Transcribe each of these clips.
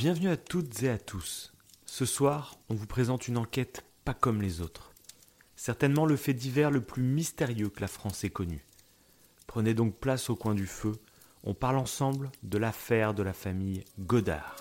Bienvenue à toutes et à tous. Ce soir, on vous présente une enquête pas comme les autres. Certainement le fait divers le plus mystérieux que la France ait connu. Prenez donc place au coin du feu. On parle ensemble de l'affaire de la famille Godard.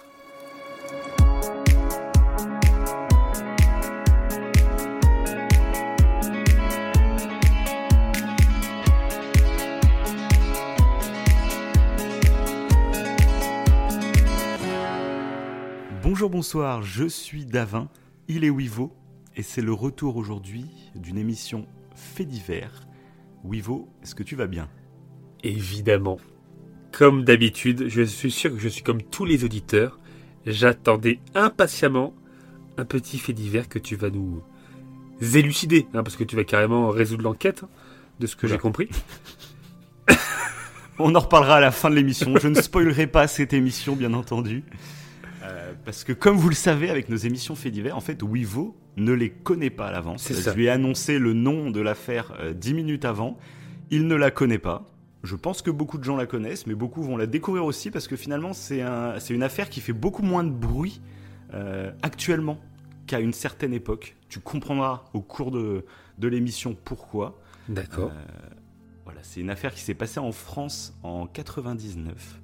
Bonjour, bonsoir, je suis Davin, il est Wivo, et c'est le retour aujourd'hui d'une émission Fait divers. Wivo, est-ce que tu vas bien ? Évidemment. Comme d'habitude, je suis sûr que je suis comme tous les auditeurs. J'attendais impatiemment un petit fait divers que tu vas nous élucider, parce que tu vas carrément résoudre l'enquête, de ce que j'ai compris. On en reparlera à la fin de l'émission, je ne spoilerai pas cette émission bien entendu. Parce que comme vous le savez, avec nos émissions Fait divers, en fait, Wivo ne les connaît pas à l'avance. Je lui ai annoncé le nom de l'affaire 10 minutes avant. Il ne la connaît pas. Je pense que beaucoup de gens la connaissent, mais beaucoup vont la découvrir aussi parce que finalement, c'est une affaire qui fait beaucoup moins de bruit actuellement qu'à une certaine époque. Tu comprendras au cours de l'émission pourquoi. D'accord. Voilà, c'est une affaire qui s'est passée en France en 99.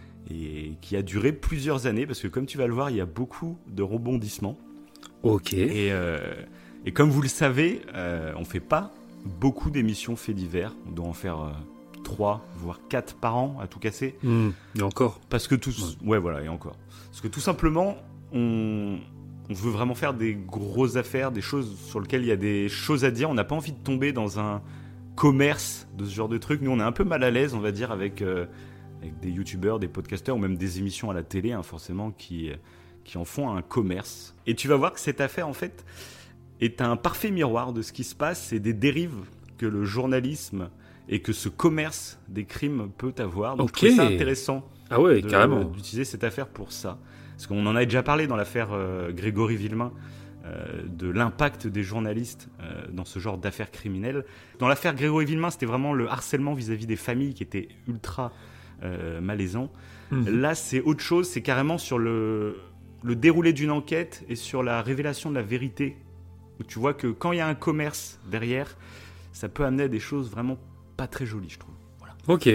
Et qui a duré plusieurs années, parce que comme tu vas le voir, il y a beaucoup de rebondissements. Ok. Et comme vous le savez, on ne fait pas beaucoup d'émissions Faits divers. On doit en faire 3, voire 4 par an, à tout casser. Et encore. Parce que ouais, voilà, et encore. Parce que tout simplement, on veut vraiment faire des grosses affaires, des choses sur lesquelles il y a des choses à dire. On n'a pas envie de tomber dans un commerce de ce genre de trucs. Nous, on est un peu mal à l'aise, on va dire, avec des youtubeurs, des podcasteurs ou même des émissions à la télé, forcément, qui en font un commerce. Et tu vas voir que cette affaire, en fait, est un parfait miroir de ce qui se passe et des dérives que le journalisme et que ce commerce des crimes peut avoir. Donc, je trouve ça intéressant carrément. D'utiliser cette affaire pour ça. Parce qu'on en a déjà parlé dans l'affaire Grégory Villemain, de l'impact des journalistes dans ce genre d'affaires criminelles. Dans l'affaire Grégory Villemain, c'était vraiment le harcèlement vis-à-vis des familles qui était ultra malaisant. Là, c'est autre chose, c'est carrément sur le déroulé d'une enquête et sur la révélation de la vérité. Donc, tu vois que quand il y a un commerce derrière, ça peut amener à des choses vraiment pas très jolies, je trouve. Voilà. Ok.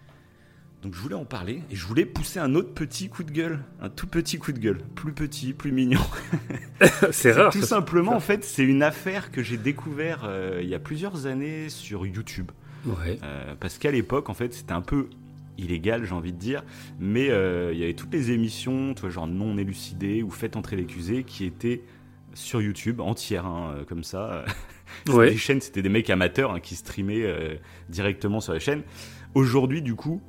Donc je voulais en parler et je voulais pousser un autre petit coup de gueule, un tout petit coup de gueule, plus petit, plus mignon. C'est rare. Tout simplement, en fait, c'est une affaire que j'ai découvert il y a plusieurs années sur YouTube. Ouais. Parce qu'à l'époque, en fait, c'était un peu illégal, j'ai envie de dire, mais il y avait toutes les émissions, tu vois, genre non élucidées ou faites entrer l'accusé, qui étaient sur YouTube entières, comme ça. Ouais. Des chaînes, c'était des mecs amateurs qui streamaient directement sur la chaîne. Aujourd'hui, du coup,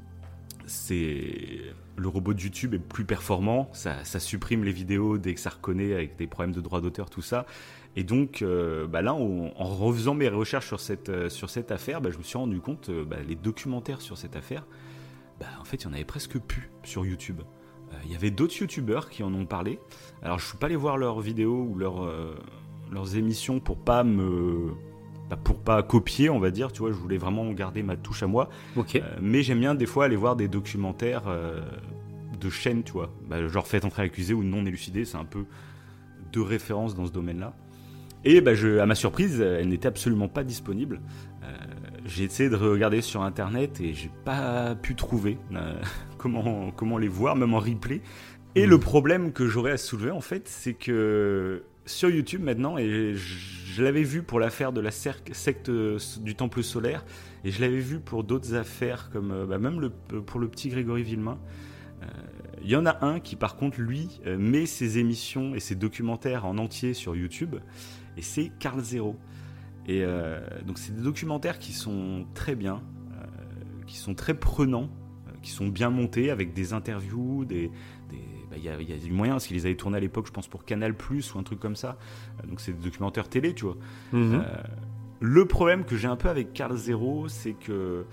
le robot de YouTube est plus performant, ça supprime les vidéos dès que ça reconnaît avec des problèmes de droit d'auteur, tout ça. Et donc, là, en refaisant mes recherches sur cette affaire, je me suis rendu compte, les documentaires sur cette affaire, en fait, il y en avait presque plus sur YouTube. Il y avait d'autres youtubeurs qui en ont parlé. Alors, je ne suis pas allé voir leurs vidéos ou leurs émissions pour pas copier, on va dire. Tu vois, je voulais vraiment garder ma touche à moi. Ok. Mais j'aime bien des fois aller voir des documentaires de chaînes, tu vois. Genre Fait entrer l'accusé ou Non élucidé, c'est un peu de référence dans ce domaine-là. Et à ma surprise, elle n'était absolument pas disponible. J'ai essayé de regarder sur internet et j'ai pas pu trouver comment les voir, même en replay. Et le problème que j'aurais à soulever, en fait, c'est que sur YouTube maintenant, et je l'avais vu pour l'affaire de la secte du Temple solaire, et je l'avais vu pour d'autres affaires, comme même pour le petit Grégory Villemain. Il y en a un qui, par contre, lui, met ses émissions et ses documentaires en entier sur YouTube, et c'est Karl Zero. Et donc, c'est des documentaires qui sont très bien, qui sont très prenants, qui sont bien montés, avec des interviews, il y a du moyen, parce qu'ils les avaient tournés à l'époque, je pense, pour Canal+, ou un truc comme ça. Donc, c'est des documentaires télé, tu vois. Le problème que j'ai un peu avec Karl Zero, c'est que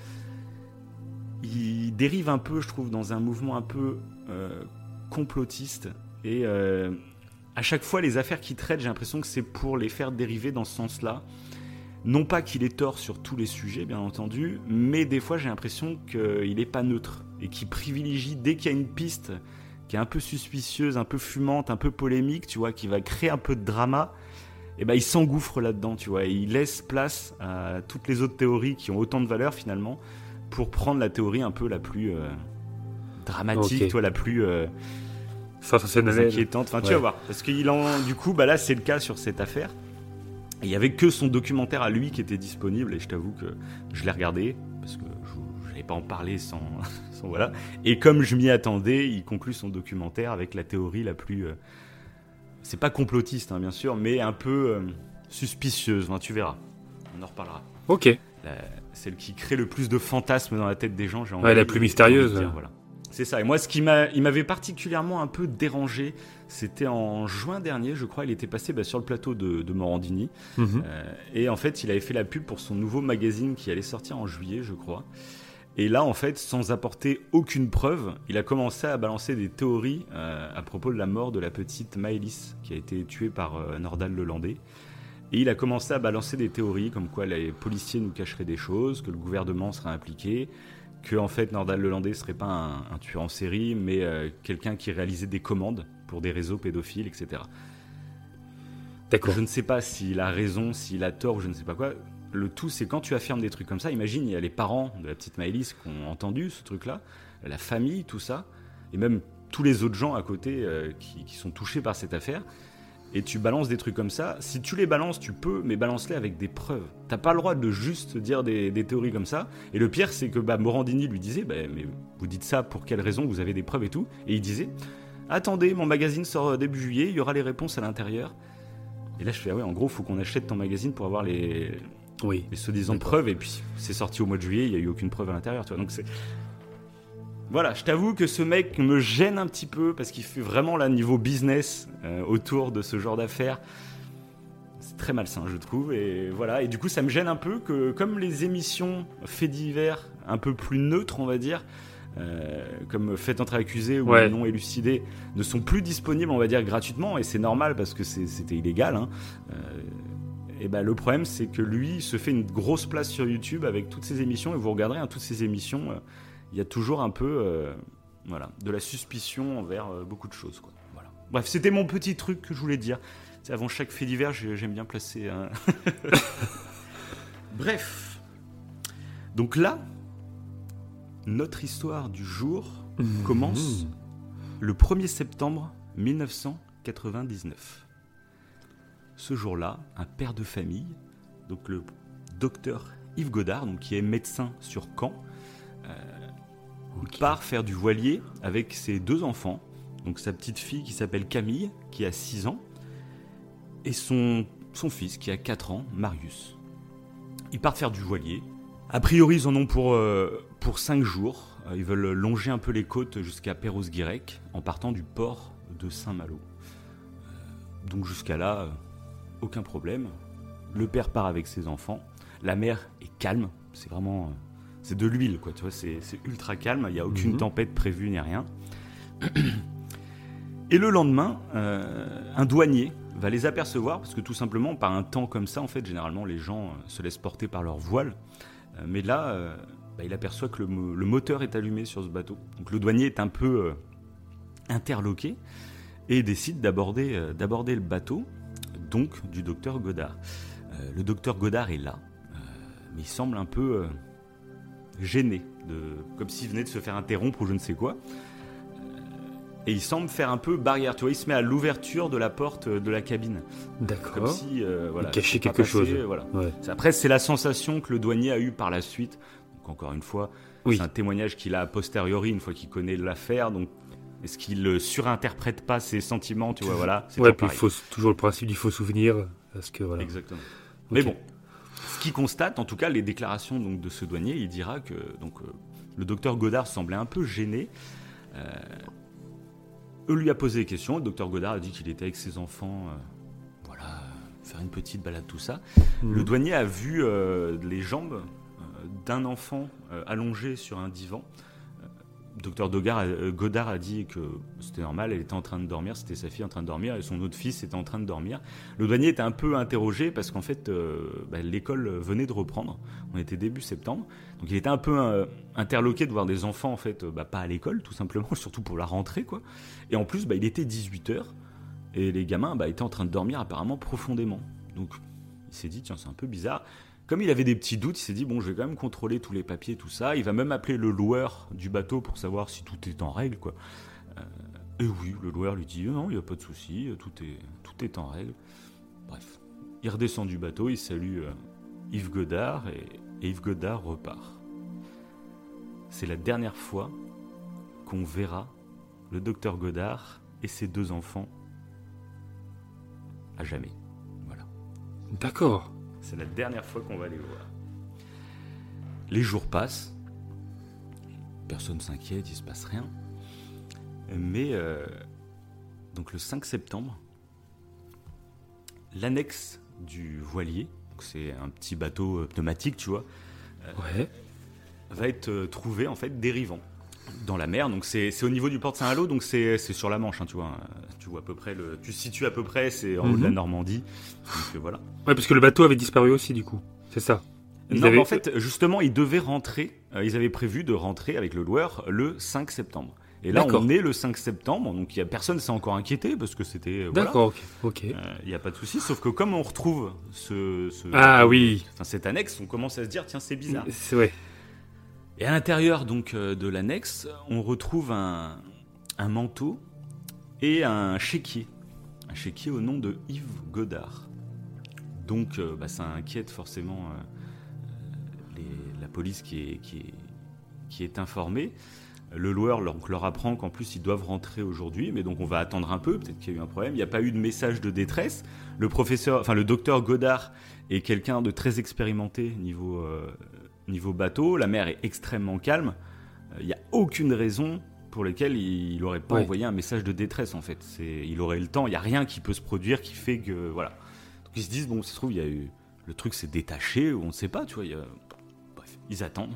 il dérive un peu, je trouve, dans un mouvement un peu complotiste. Et à chaque fois, les affaires qu'il traite, j'ai l'impression que c'est pour les faire dériver dans ce sens-là. Non pas qu'il ait tort sur tous les sujets, bien entendu, mais des fois, j'ai l'impression qu'il n'est pas neutre et qu'il privilégie, dès qu'il y a une piste qui est un peu suspicieuse, un peu fumante, un peu polémique, tu vois, qui va créer un peu de drama, et ben il s'engouffre là-dedans, tu vois, et il laisse place à toutes les autres théories qui ont autant de valeur finalement, pour prendre la théorie un peu la plus dramatique, Ok. toi, la plus Sensationnel. inquiétante. Enfin, tu Ouais. vas voir, parce du coup, bah là, c'est le cas sur cette affaire. Et il y avait que son documentaire à lui qui était disponible, et je t'avoue que je l'ai regardé parce que je n'allais pas en parler sans, voilà. Et comme je m'y attendais, il conclut son documentaire avec la théorie la plus, c'est pas complotiste, hein, bien sûr, mais un peu suspicieuse. Enfin, tu verras, on en reparlera. Ok. Celle qui crée le plus de fantasmes dans la tête des gens, j'ai envie, Ouais, la plus mystérieuse. envie de dire, voilà. C'est ça. Et moi, il m'avait particulièrement un peu dérangé, c'était en juin dernier, je crois, il était passé sur le plateau de Morandini. Mhm. Et en fait, il avait fait la pub pour son nouveau magazine qui allait sortir en juillet, je crois. Et là, en fait, sans apporter aucune preuve, il a commencé à balancer des théories à propos de la mort de la petite Maëlys, qui a été tuée par Nordal Lelandais. Et il a commencé à balancer des théories comme quoi les policiers nous cacheraient des choses, que le gouvernement serait impliqué, que en fait Nordal Lelandais serait pas un tueur en série, mais quelqu'un qui réalisait des commandes pour des réseaux pédophiles, etc. D'accord. Je ne sais pas s'il a raison, s'il a tort, ou je ne sais pas quoi. Le tout, c'est quand tu affirmes des trucs comme ça, imagine, il y a les parents de la petite Maëlys qui ont entendu ce truc-là, la famille, tout ça, et même tous les autres gens à côté qui sont touchés par cette affaire, et tu balances des trucs comme ça. Si tu les balances, tu peux, mais balance-les avec des preuves. T'as pas le droit de juste dire des théories comme ça. Et le pire, c'est que Morandini lui disait, mais vous dites ça pour quelle raison, vous avez des preuves et tout. Et il disait, attendez, mon magazine sort début juillet, il y aura les réponses à l'intérieur. Et là, je fais, ah ouais, en gros, il faut qu'on achète ton magazine pour avoir les soi-disant preuves. Et puis, c'est sorti au mois de juillet, il n'y a eu aucune preuve à l'intérieur. Tu vois, donc c'est... Voilà, je t'avoue que ce mec me gêne un petit peu parce qu'il fait vraiment là niveau business autour de ce genre d'affaires. C'est très malsain, je trouve. Et voilà, et du coup, ça me gêne un peu que, comme les émissions faits divers un peu plus neutres, on va dire, comme Fait entrer accusé ou Non élucidé, ne sont plus disponibles, on va dire, gratuitement. Et c'est normal parce que c'était illégal. Hein. Et le problème, c'est que lui, il se fait une grosse place sur YouTube avec toutes ses émissions. Et vous regarderez toutes ces émissions. Il y a toujours un peu de la suspicion envers beaucoup de choses, quoi. Voilà. Bref, c'était mon petit truc que je voulais dire. C'est avant chaque fait divers, j'aime bien placer un... Bref. Donc là, notre histoire du jour commence le 1er septembre 1999. Ce jour-là, un père de famille, donc le docteur Yves Godard, donc, qui est médecin sur Caen, part faire du voilier avec ses 2 enfants, donc sa petite fille qui s'appelle Camille, qui a 6 ans, et son fils qui a 4 ans, Marius. Ils partent faire du voilier. A priori, ils en ont pour 5 jours. Ils veulent longer un peu les côtes jusqu'à Perros-Guirec en partant du port de Saint-Malo. Donc jusqu'à là, aucun problème. Le père part avec ses enfants. La mère est calme, c'est vraiment... c'est de l'huile, quoi, tu vois, c'est ultra calme, il n'y a aucune tempête prévue ni rien. Et le lendemain, un douanier va les apercevoir, parce que tout simplement, par un temps comme ça, en fait, généralement, les gens se laissent porter par leur voile. Mais là, il aperçoit que le moteur est allumé sur ce bateau. Donc le douanier est un peu interloqué et décide d'aborder le bateau, donc du docteur Godard. Le docteur Godard est là, mais il semble un peu... gêné, comme s'il venait de se faire interrompre ou je ne sais quoi. Et il semble faire un peu barrière, tu vois, il se met à l'ouverture de la porte de la cabine. D'accord. Comme si, il cachait quelque chose. Voilà. Ouais. Après, c'est la sensation que le douanier a eue par la suite. Donc, encore une fois, c'est un témoignage qu'il a a posteriori, une fois qu'il connaît l'affaire. Donc, est-ce qu'il surinterprète pas ses sentiments, tu vois, voilà. C'est puis il faut toujours le principe du faux souvenir. Parce que, voilà. Exactement. Okay. Mais bon. Ce qu'il constate, en tout cas, les déclarations donc, de ce douanier, il dira que le docteur Godard semblait un peu gêné. Eux lui a posé des questions. Le docteur Godard a dit qu'il était avec ses enfants, faire une petite balade, tout ça. Le douanier a vu les jambes d'un enfant allongé sur un divan docteur Godard a dit que c'était normal, elle était en train de dormir, c'était sa fille en train de dormir et son autre fils était en train de dormir. Le douanier était un peu interrogé parce qu'en fait l'école venait de reprendre, on était début septembre, donc il était un peu interloqué de voir des enfants en fait pas à l'école tout simplement, surtout pour la rentrée quoi. Et en plus il était 18h et les gamins étaient en train de dormir apparemment profondément. Donc il s'est dit tiens c'est un peu bizarre. Comme il avait des petits doutes, il s'est dit bon, je vais quand même contrôler tous les papiers, tout ça. Il va même appeler le loueur du bateau pour savoir si tout est en règle, quoi. Et oui, le loueur lui dit non, il n'y a pas de souci, tout est en règle. Bref, il redescend du bateau, il salue Yves Godard et Yves Godard repart. C'est la dernière fois qu'on verra le docteur Godard et ses 2 enfants à jamais. Voilà. D'accord. C'est la dernière fois qu'on va les voir. Les jours passent. Personne ne s'inquiète, il ne se passe rien. Mais, donc le 5 septembre, l'annexe du voilier, donc c'est un petit bateau pneumatique, tu vois, va être trouvé en fait dérivant dans la mer. Donc c'est au niveau du port de Saint-Malo, donc c'est sur la Manche, hein, tu vois. Tu vois à peu près tu situes à peu près, c'est en haut de la Normandie. Donc voilà. Ouais, parce que le bateau avait disparu aussi du coup. C'est ça. Mais en fait, justement, ils devaient rentrer. Ils avaient prévu de rentrer avec le loueur le 5 septembre. Et là, on est le 5 septembre, donc personne s'est encore inquiété parce que c'était. D'accord, ok. Il n'y a pas de souci, sauf que comme on retrouve cette annexe, on commence à se dire tiens, c'est bizarre. C'est vrai. Et à l'intérieur donc de l'annexe, on retrouve un manteau et un chéquier au nom de Yves Godard. Donc ça inquiète forcément la police qui est informée. Le loueur leur apprend qu'en plus ils doivent rentrer aujourd'hui, mais donc on va attendre un peu, peut-être qu'il y a eu un problème. Il n'y a pas eu de message de détresse. Le docteur Godard est quelqu'un de très expérimenté niveau bateau. La mer est extrêmement calme. Il n'y a aucune raison pour laquelle il n'aurait pas envoyé un message de détresse en fait. Il aurait le temps. Il n'y a rien qui peut se produire qui fait que voilà. Donc ils se disent bon, ça se trouve il y a eu le truc s'est détaché ou on ne sait pas, tu vois. Bref, ils attendent.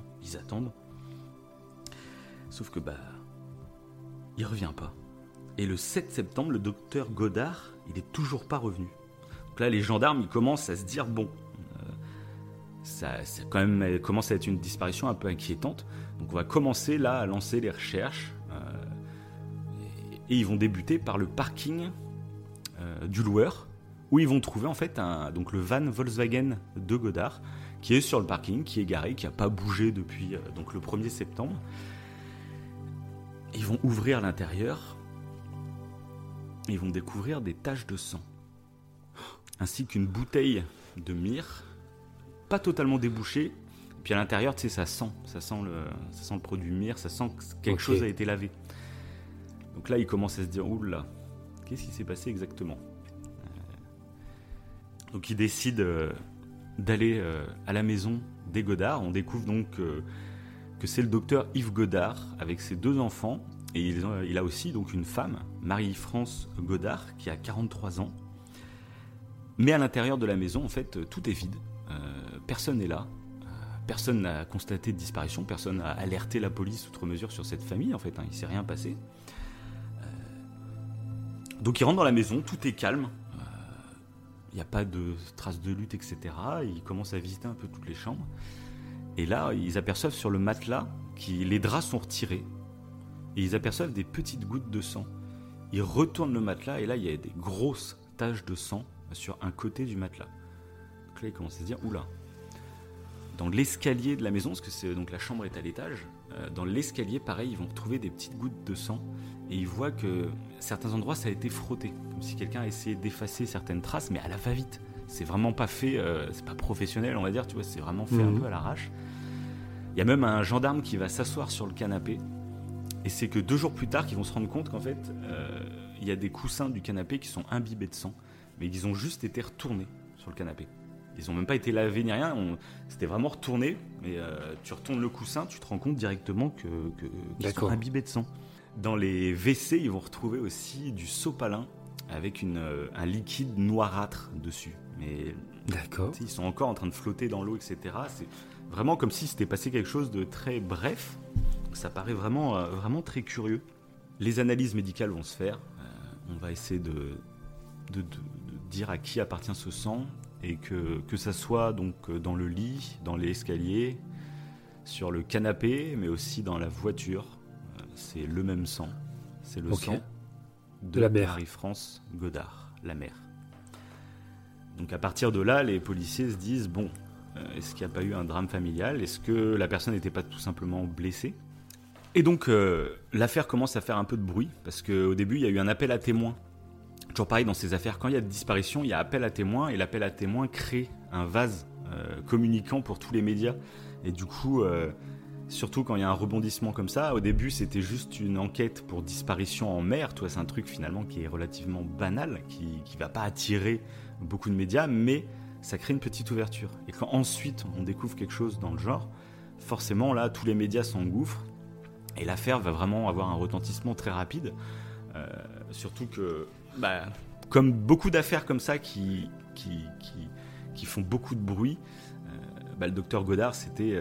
Sauf que il revient pas. Et le 7 septembre, le docteur Godard, il est toujours pas revenu. Donc là, les gendarmes, ils commencent à se dire bon, ça quand même commence à être une disparition un peu inquiétante. Donc on va commencer là à lancer les recherches et ils vont débuter par le parking du loueur où ils vont trouver en fait donc le van Volkswagen de Godard qui est sur le parking, qui est garé, qui n'a pas bougé depuis donc le 1er septembre. Ils vont ouvrir l'intérieur et ils vont découvrir des taches de sang ainsi qu'une bouteille de myrrhe pas totalement débouchée. Puis à l'intérieur, tu sais, ça sent le produit myrrhe, ça sent que quelque chose a été lavé. Donc là, ils commencent à se dire oula, qu'est-ce qui s'est passé exactement? Donc ils décident d'aller à la maison des Godard. On découvre donc que c'est le docteur Yves Godard avec ses 2 enfants et il a aussi donc une femme, Marie-France Godard, qui a 43 ans. Mais à l'intérieur de la maison, en fait, tout est vide. Personne n'est là. Personne n'a constaté de disparition. Personne n'a alerté la police outre mesure sur cette famille. En fait, il ne s'est rien passé. Donc ils rentrent dans la maison, tout est calme. Il n'y a pas de traces de lutte, etc. Ils commencent à visiter un peu toutes les chambres. Et là, ils aperçoivent sur le matelas les draps sont retirés. Et ils aperçoivent des petites gouttes de sang. Ils retournent le matelas et là, il y a des grosses taches de sang sur un côté du matelas. Donc là, ils commencent à se dire, oula. Dans l'escalier de la maison, parce que donc la chambre est à l'étage, dans l'escalier, pareil, ils vont trouver des petites gouttes de sang. Et ils voient que certains endroits, ça a été frotté. Comme si quelqu'un a essayé d'effacer certaines traces, mais à la va-vite. C'est vraiment pas fait, c'est pas professionnel, on va dire, tu vois, c'est vraiment fait un peu à l'arrache. Il y a même un gendarme qui va s'asseoir sur le canapé. Et c'est que 2 jours plus tard qu'ils vont se rendre compte qu'en fait, il y a des coussins du canapé qui sont imbibés de sang. Mais ils ont juste été retournés sur le canapé. Ils n'ont même pas été lavés ni rien. C'était vraiment retourné. Mais tu retournes le coussin, tu te rends compte directement qu'ils sont imbibés de sang. Dans les WC, ils vont retrouver aussi du sopalin avec un liquide noirâtre dessus. Mais ils sont encore en train de flotter dans l'eau, etc. C'est vraiment comme si c'était passé quelque chose de très bref. Ça paraît vraiment très curieux. Les analyses médicales vont se faire. On va essayer de dire à qui appartient ce sang et que ça soit donc dans le lit, dans l'escalier, sur le canapé, mais aussi dans la voiture. C'est le même sang. C'est le sang de la mère. Marie-France Godard, la mère. Donc à partir de là, les policiers se disent bon, est-ce qu'il n'y a pas eu un drame familial ? Est-ce que la personne n'était pas tout simplement blessée ? Et donc, l'affaire commence à faire un peu de bruit, parce qu'au début, il y a eu un appel à témoins. Toujours pareil, dans ces affaires, quand il y a de disparition, il y a appel à témoins, et l'appel à témoins crée un vase communicant pour tous les médias. Et du coup, surtout quand il y a un rebondissement comme ça, au début, c'était juste une enquête pour disparition en mer. Toi, c'est un truc finalement qui est relativement banal, qui ne va pas attirer beaucoup de médias, mais ça crée une petite ouverture. Et quand ensuite, on découvre quelque chose dans le genre, forcément, là, tous les médias s'engouffrent. Et l'affaire va vraiment avoir un retentissement très rapide. Surtout que, comme beaucoup d'affaires comme ça qui font beaucoup de bruit, le docteur Godard, c'était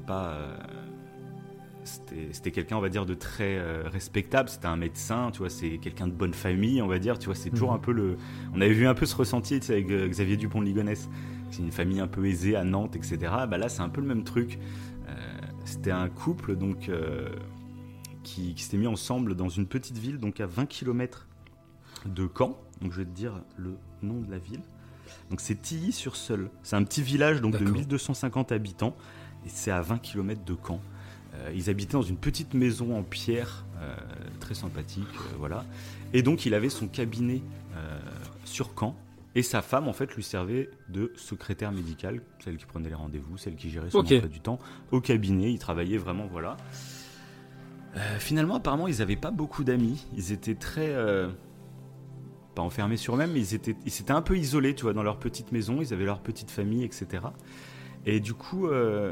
quelqu'un, on va dire, de très respectable. C'était un médecin, tu vois, c'est quelqu'un de bonne famille, on va dire. Tu vois, c'est toujours un peu on avait vu un peu ce ressenti, tu sais, avec Xavier Dupont de Ligonnès. C'est une famille un peu aisée à Nantes, etc. Là, c'est un peu le même truc. C'était un couple, donc... qui s'était mis ensemble dans une petite ville, donc à 20 km de Caen. Donc je vais te dire le nom de la ville. Donc c'est Tilly-sur-Seulles. C'est un petit village donc de 1250 habitants et c'est à 20 km de Caen. Ils habitaient dans une petite maison en pierre, très sympathique, voilà. Et donc il avait son cabinet sur Caen. Et sa femme, en fait, lui servait de secrétaire médicale, celle qui prenait les rendez-vous, celle qui gérait son emploi du temps, au cabinet. Il travaillait vraiment, voilà. Finalement, apparemment, ils n'avaient pas beaucoup d'amis. Ils étaient très... pas enfermés sur eux-mêmes, mais ils s'étaient un peu isolés, tu vois, dans leur petite maison. Ils avaient leur petite famille, etc. Et du coup,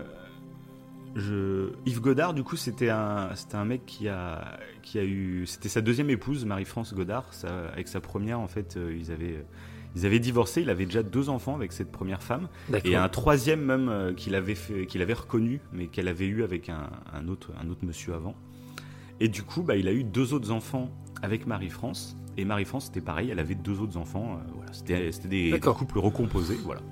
Yves Godard, du coup, c'était un mec qui a eu... C'était sa deuxième épouse, Marie-France Godard. Avec sa première, en fait, ils avaient divorcé. Il avait déjà 2 enfants avec cette première femme. Et un troisième même qu'il avait reconnu, mais qu'elle avait eu avec un autre monsieur avant. Et du coup, il a eu 2 autres enfants avec Marie-France. Et Marie-France, c'était pareil, elle avait 2 autres enfants. Voilà, c'était des couples recomposés. Voilà.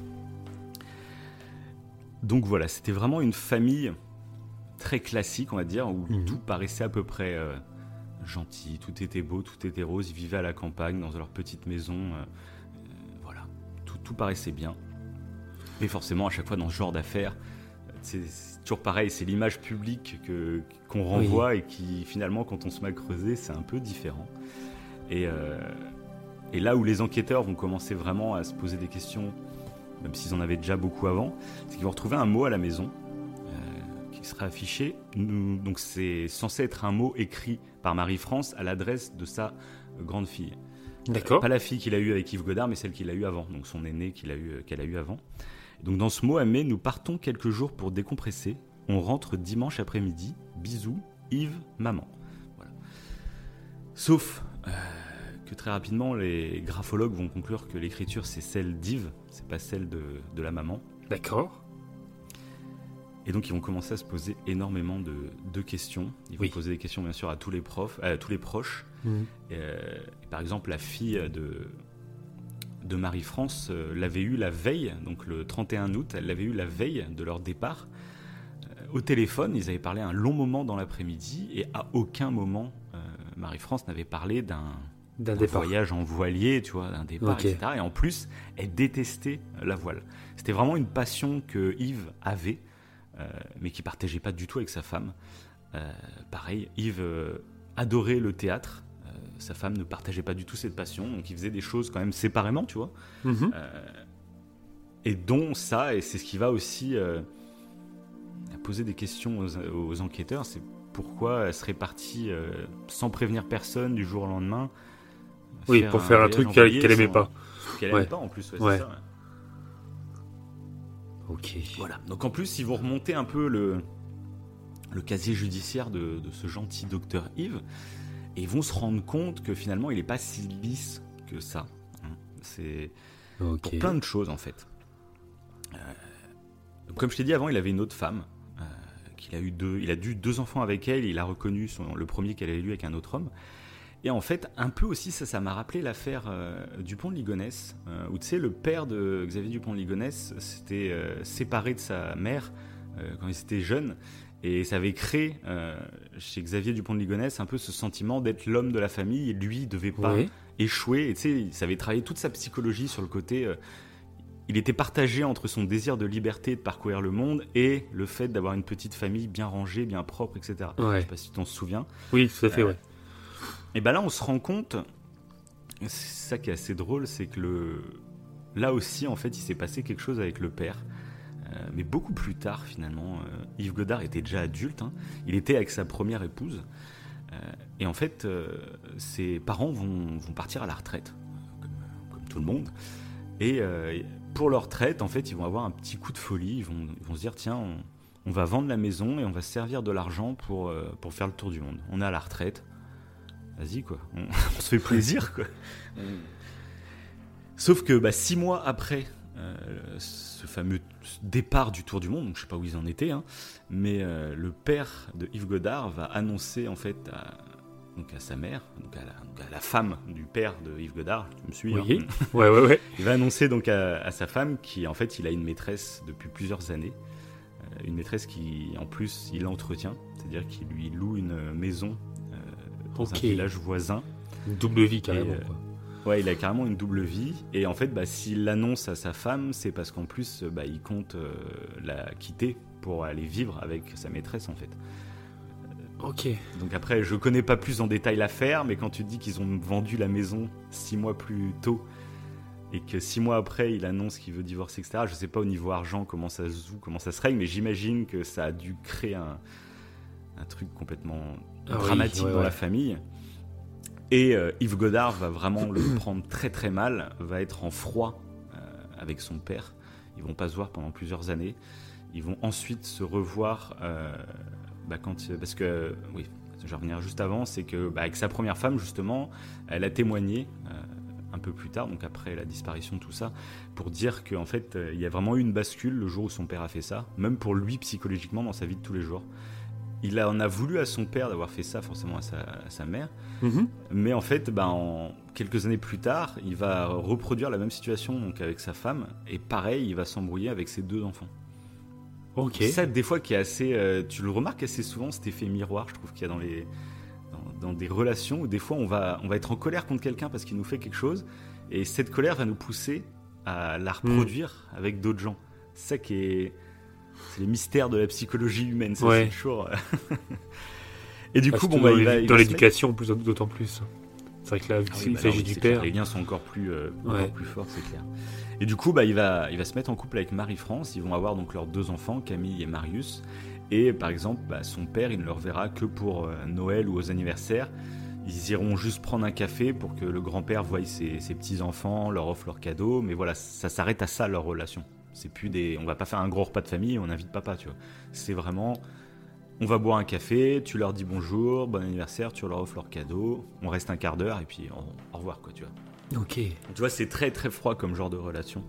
Donc voilà, c'était vraiment une famille très classique, on va dire, où tout paraissait à peu près gentil, tout était beau, tout était rose. Ils vivaient à la campagne, dans leur petite maison. Voilà, tout paraissait bien. Mais forcément, à chaque fois, dans ce genre d'affaires, c'est toujours pareil, c'est l'image publique qu'on renvoie et qui, finalement, quand on se met à creuser, c'est un peu différent. Et là où les enquêteurs vont commencer vraiment à se poser des questions, même s'ils en avaient déjà beaucoup avant, c'est qu'ils vont retrouver un mot à la maison qui sera affiché. Donc c'est censé être un mot écrit par Marie-France à l'adresse de sa grande fille. D'accord. Pas la fille qu'il a eue avec Yves Godard, mais celle qu'il a eue avant, donc son aînée qu'elle a eue avant. Donc dans ce mot, elle met « Nous partons quelques jours pour décompresser. On rentre dimanche après-midi. Bisous, Yves, maman. » Voilà. Sauf que très rapidement, les graphologues vont conclure que l'écriture, c'est celle d'Yves, c'est pas celle de la maman. D'accord. Et donc ils vont commencer à se poser énormément de questions. Ils vont poser des questions bien sûr à tous les proches. Et, par exemple, la fille de Marie-France l'avait eu la veille, donc le 31 août, elle l'avait eu la veille de leur départ. Au téléphone, ils avaient parlé un long moment dans l'après-midi et à aucun moment Marie-France n'avait parlé d'un voyage en voilier, tu vois, d'un départ, etc. Et en plus, elle détestait la voile. C'était vraiment une passion que Yves avait, mais qu'il ne partageait pas du tout avec sa femme. Pareil, Yves adorait le théâtre. Sa femme ne partageait pas du tout cette passion, donc ils faisaient des choses quand même séparément, tu vois. Et dont ça, et c'est ce qui va aussi poser des questions aux enquêteurs, c'est pourquoi elle serait partie sans prévenir personne du jour au lendemain. Pour faire un truc qu'elle aimait pas. Qu'elle aimait pas en plus, c'est ça. Ok. Voilà. Donc en plus, ils vont remonter un peu le casier judiciaire de ce gentil docteur Yves, et ils vont se rendre compte que finalement, il n'est pas si lisse que ça. C'est pour plein de choses en fait. Donc, comme je t'ai dit avant, il avait une autre femme donc il a eu deux enfants avec elle. Il a reconnu le premier qu'elle avait eu avec un autre homme. Et en fait, un peu aussi, ça m'a rappelé l'affaire Dupont de Ligonnès, où tu sais, le père de Xavier Dupont de Ligonnès s'était séparé de sa mère quand il était jeune, et ça avait créé chez Xavier Dupont de Ligonnès un peu ce sentiment d'être l'homme de la famille, et lui, il devait pas échouer, et tu sais, ça avait travaillé toute sa psychologie sur le côté... il était partagé entre son désir de liberté de parcourir le monde et le fait d'avoir une petite famille bien rangée, bien propre, etc. Ouais. Je sais pas si tu t'en souviens. Oui, tout à fait, ouais. Et ben là, on se rend compte, c'est ça qui est assez drôle, c'est que là aussi, en fait, il s'est passé quelque chose avec le père. Mais beaucoup plus tard, finalement, Yves Godard était déjà adulte. Il était avec sa première épouse. Et en fait, ses parents vont partir à la retraite, comme tout le monde. Et pour leur retraite, en fait, ils vont avoir un petit coup de folie. Ils vont se dire, tiens, on va vendre la maison et on va se servir de l'argent pour faire le tour du monde. On est à la retraite. Vas-y, quoi. On se fait plaisir, quoi. Sauf que 6 mois après ce fameux départ du tour du monde, donc je sais pas où ils en étaient, mais le père de Yves Godard va annoncer en fait à sa mère, donc à la femme du père de Yves Godard, tu me suis, oui. Ouais. Il va annoncer donc à sa femme qu'en fait il a une maîtresse depuis plusieurs années, une maîtresse qui en plus il entretient, c'est-à-dire qu'il lui loue une maison dans un village voisin. Une double vie carrément. Ouais, il a carrément une double vie. Et en fait, s'il l'annonce à sa femme, c'est parce qu'en plus, il compte la quitter pour aller vivre avec sa maîtresse, en fait. Ok. Donc après, je connais pas plus en détail l'affaire, mais quand tu te dis qu'ils ont vendu la maison 6 mois plus tôt, et que 6 mois après, il annonce qu'il veut divorcer, etc., je sais pas au niveau argent comment ça se joue, comment ça se règle, mais j'imagine que ça a dû créer un truc complètement dramatique dans la famille. Et Yves Godard va vraiment le prendre très très mal, va être en froid avec son père. Ils vont pas se voir pendant plusieurs années. Ils vont ensuite se revoir parce que, oui, je vais revenir juste avant, c'est que avec sa première femme justement, elle a témoigné un peu plus tard, donc après la disparition, tout ça, pour dire qu'en fait il y a vraiment eu une bascule le jour où son père a fait ça, même pour lui psychologiquement dans sa vie de tous les jours. Il en a voulu à son père d'avoir fait ça, forcément à sa mère. Mm-hmm. Mais en fait, quelques années plus tard, il va reproduire la même situation donc avec sa femme. Et pareil, il va s'embrouiller avec ses 2 enfants. Ok. C'est ça, des fois, qui est assez... tu le remarques assez souvent, cet effet miroir, je trouve, qu'il y a dans des relations où des fois, on va être en colère contre quelqu'un parce qu'il nous fait quelque chose. Et cette colère va nous pousser à la reproduire avec d'autres gens. C'est ça qui est... C'est les mystères de la psychologie humaine, ça c'est toujours. Et du coup, dans l'éducation, d'autant plus. C'est vrai que là, il s'agit du père. Les liens sont encore plus forts, c'est clair. Et du coup, il va se mettre en couple avec Marie-France. Ils vont avoir donc leurs 2 enfants, Camille et Marius. Et par exemple, son père, il ne le reverra que pour Noël ou aux anniversaires. Ils iront juste prendre un café pour que le grand-père voie ses petits-enfants, leur offre leurs cadeaux. Mais voilà, ça s'arrête à ça, leur relation. C'est plus on va pas faire un gros repas de famille, on invite papa, tu vois. C'est vraiment, on va boire un café, tu leur dis bonjour, bon anniversaire, tu leur offres leurs cadeaux, on reste un quart d'heure et puis au revoir, quoi, tu vois. Ok. Tu vois, c'est très très froid comme genre de relation.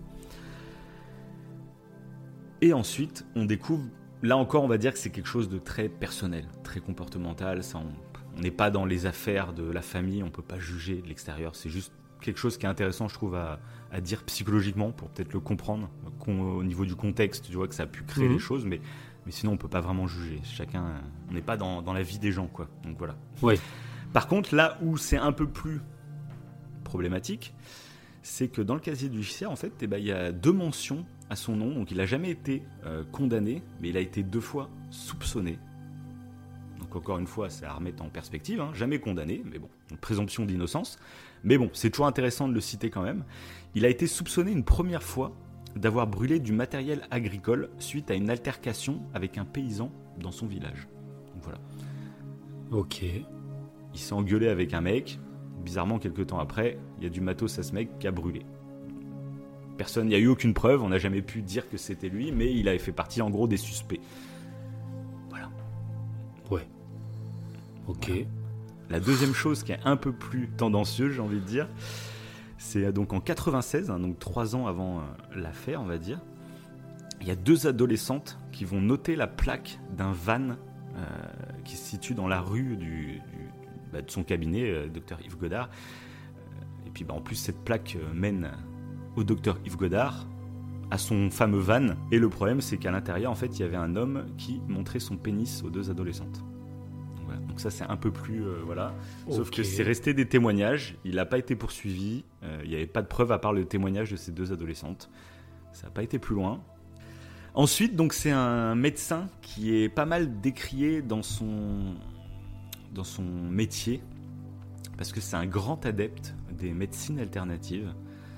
Et ensuite, on découvre, là encore, on va dire que c'est quelque chose de très personnel, très comportemental. Ça, on n'est pas dans les affaires de la famille, on peut pas juger de l'extérieur. C'est juste quelque chose qui est intéressant, je trouve, à dire psychologiquement pour peut-être le comprendre au niveau du contexte, tu vois, que ça a pu créer les choses, mais sinon on peut pas vraiment juger. Chacun, on n'est pas dans la vie des gens, quoi. Donc voilà. Oui. Par contre, là où c'est un peu plus problématique, c'est que dans le casier judiciaire, en fait, il y a 2 mentions à son nom. Donc il a jamais été condamné, mais il a été 2 fois soupçonné. Donc encore une fois, c'est à remettre en perspective, jamais condamné, mais bon, présomption d'innocence. Mais bon, c'est toujours intéressant de le citer quand même. Il a été soupçonné une première fois d'avoir brûlé du matériel agricole suite à une altercation avec un paysan dans son village. Donc voilà. Ok. Il s'est engueulé avec un mec. Bizarrement, quelques temps après, il y a du matos à ce mec qui a brûlé. Il n'y a eu aucune preuve, on n'a jamais pu dire que c'était lui, mais il avait fait partie en gros des suspects. Voilà. Ouais. Ok. Voilà. La deuxième chose qui est un peu plus tendancieuse, j'ai envie de dire, c'est donc en 96, donc 3 ans avant l'affaire, on va dire, il y a 2 adolescentes qui vont noter la plaque d'un van qui se situe dans la rue de son cabinet, Dr Yves Godard. Et puis en plus, cette plaque mène au Dr Yves Godard, à son fameux van. Et le problème, c'est qu'à l'intérieur, en fait, il y avait un homme qui montrait son pénis aux 2 adolescentes. Voilà. Donc ça, c'est un peu plus... voilà. Sauf que c'est resté des témoignages. Il n'a pas été poursuivi. Il n'y avait pas de preuve à part le témoignage de ces 2 adolescentes. Ça n'a pas été plus loin. Ensuite, donc, c'est un médecin qui est pas mal décrié dans son métier, parce que c'est un grand adepte des médecines alternatives.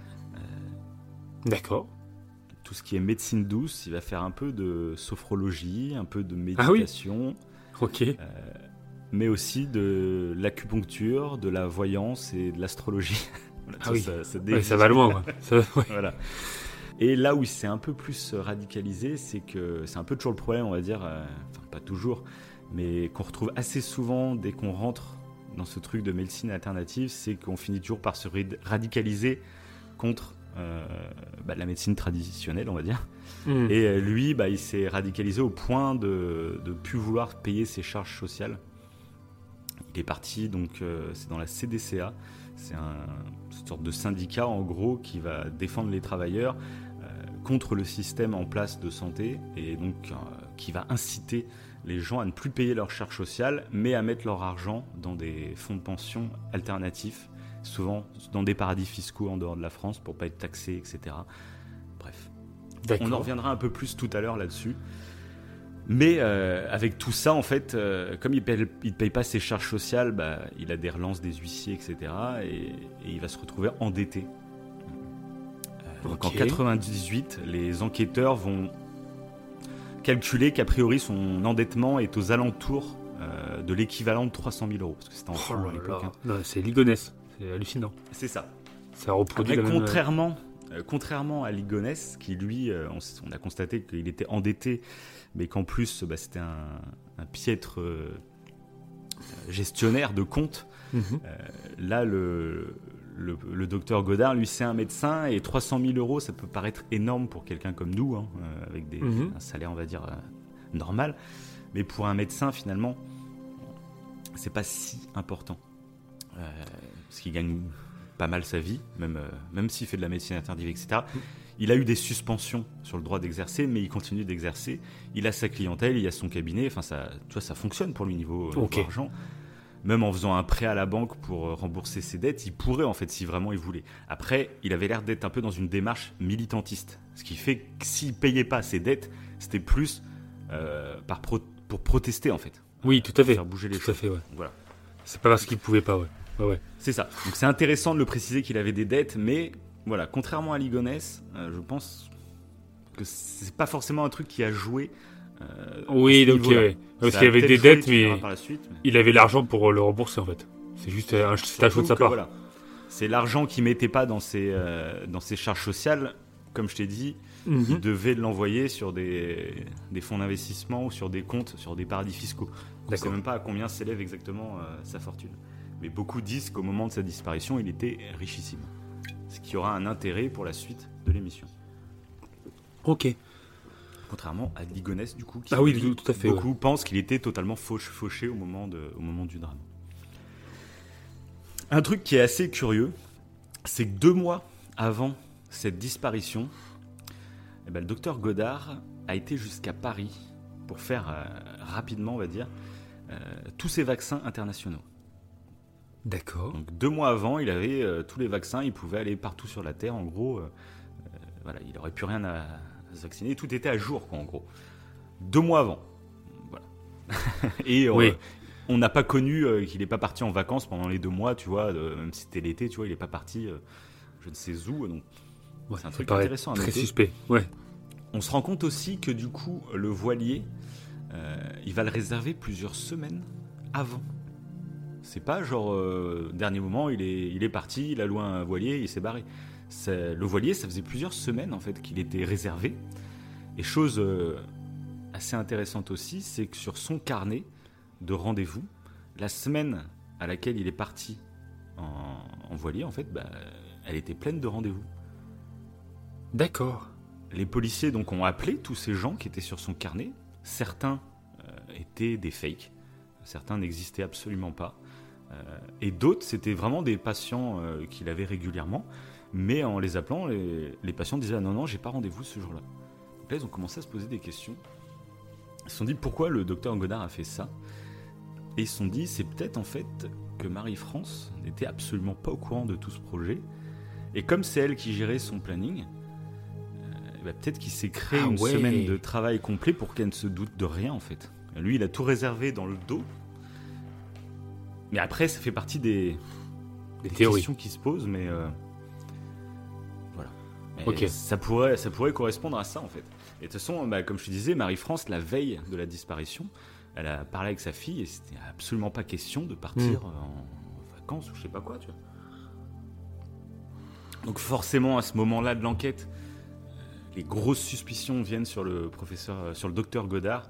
D'accord. Tout ce qui est médecine douce, il va faire un peu de sophrologie, un peu de méditation. Ah oui. Ok. Mais aussi de l'acupuncture, de la voyance et de l'astrologie. Voilà, ah oui. Ça va loin. Ouais. Voilà. Et là où il s'est un peu plus radicalisé, c'est que c'est un peu toujours le problème, on va dire, enfin pas toujours, mais qu'on retrouve assez souvent dès qu'on rentre dans ce truc de médecine alternative, c'est qu'on finit toujours par se radicaliser contre la médecine traditionnelle, on va dire. Et lui, il s'est radicalisé au point de ne plus vouloir payer ses charges sociales. Il est parti, donc c'est dans la CDCA, c'est une sorte de syndicat en gros qui va défendre les travailleurs contre le système en place de santé, et donc qui va inciter les gens à ne plus payer leurs charges sociales, mais à mettre leur argent dans des fonds de pension alternatifs, souvent dans des paradis fiscaux en dehors de la France pour pas être taxés, etc. Bref. D'accord. On en reviendra un peu plus tout à l'heure là-dessus. Mais avec tout ça, en fait, comme il ne paye pas ses charges sociales, il a des relances des huissiers, etc. Et il va se retrouver endetté. Donc en 98, les enquêteurs vont calculer qu'a priori son endettement est aux alentours de l'équivalent de 300 000 euros. Parce que c'était en francs à l'époque. Hein. Non, c'est Ligonès, c'est hallucinant. C'est ça. Ça reproduit après, contrairement à Ligonès, qui lui, on a constaté qu'il était endetté, mais qu'en plus c'était un piètre gestionnaire de comptes. Là, le docteur Godard, lui, c'est un médecin, et 300 000 euros, ça peut paraître énorme pour quelqu'un comme nous, hein, avec un salaire, on va dire, normal. Mais pour un médecin, finalement, c'est pas si important. Parce qu'il gagne pas mal sa vie, même s'il fait de la médecine alternative, etc. Il a eu des suspensions sur le droit d'exercer, mais il continue d'exercer. Il a sa clientèle, il a son cabinet. Enfin, ça fonctionne pour lui niveau argent. Même en faisant un prêt à la banque pour rembourser ses dettes, il pourrait, en fait, si vraiment il voulait. Après, il avait l'air d'être un peu dans une démarche militantiste. Ce qui fait que s'il ne payait pas ses dettes, c'était plus pour protester, en fait. Oui, tout à fait. Faire bouger les choses. Tout à fait, ouais. Voilà. C'est pas parce qu'il ne pouvait pas, ouais. Ouais. C'est ça. Donc c'est intéressant de le préciser qu'il avait des dettes, mais voilà, contrairement à Ligonès, je pense que c'est pas forcément un truc qui a joué. Oui, donc parce qu'il avait des dettes, mais il avait l'argent pour le rembourser en fait. C'est juste un choix de sa part. Voilà. C'est l'argent qu'il mettait pas dans ses charges sociales, comme je t'ai dit. Il devait l'envoyer sur des fonds d'investissement ou sur des comptes, sur des paradis fiscaux. On ne sait même pas à combien s'élève exactement sa fortune. Mais beaucoup disent qu'au moment de sa disparition, il était richissime. Ce qui aura un intérêt pour la suite de l'émission. Ok. Contrairement à Ligonès, du coup, qui tout à fait, beaucoup pensent qu'il était totalement fauché au moment du drame. Un truc qui est assez curieux, c'est que 2 mois avant cette disparition, le docteur Godard a été jusqu'à Paris pour faire rapidement, on va dire, tous ses vaccins internationaux. D'accord. Donc 2 mois avant, il avait tous les vaccins, il pouvait aller partout sur la Terre, en gros. Voilà, il n'aurait plus rien à se vacciner, tout était à jour, quoi, en gros. 2 mois avant. Voilà. Et on n'a pas connu qu'il n'est pas parti en vacances pendant les 2 mois, tu vois, même si c'était l'été, tu vois, il n'est pas parti je ne sais où. Donc, c'est un truc intéressant à noter. Très suspect, ouais. On se rend compte aussi que du coup, le voilier, il va le réserver plusieurs semaines avant. C'est pas genre, dernier moment, il est parti, il a loué un voilier, il s'est barré. Le voilier, ça faisait plusieurs semaines en fait qu'il était réservé. Et chose assez intéressante aussi, c'est que sur son carnet de rendez-vous, la semaine à laquelle il est parti en voilier, en fait, elle était pleine de rendez-vous. D'accord. les policiers donc ont appelé tous ces gens qui étaient sur son carnet. Certains étaient des fakes, certains n'existaient absolument pas. Et d'autres, c'était vraiment des patients qu'il avait régulièrement. Mais en les appelant, les patients disaient « Ah non, j'ai pas rendez-vous ce jour-là ». Donc là, ils ont commencé à se poser des questions. Ils se sont dit pourquoi le docteur Godard a fait ça. Et ils se sont dit, c'est peut-être en fait que Marie-France n'était absolument pas au courant de tout ce projet. Et comme c'est elle qui gérait son planning, peut-être qu'il s'est créé une semaine de travail complet pour qu'elle ne se doute de rien en fait. Lui, il a tout réservé dans le dos. Mais après, ça fait partie des questions qui se posent, mais voilà. Mais ça pourrait correspondre à ça en fait. Et de toute façon, comme je te disais, Marie-France, la veille de la disparition, elle a parlé avec sa fille et c'était absolument pas question de partir en vacances ou je sais pas quoi, tu vois. Donc forcément, à ce moment-là de l'enquête, les grosses suspicions viennent sur le docteur Godard.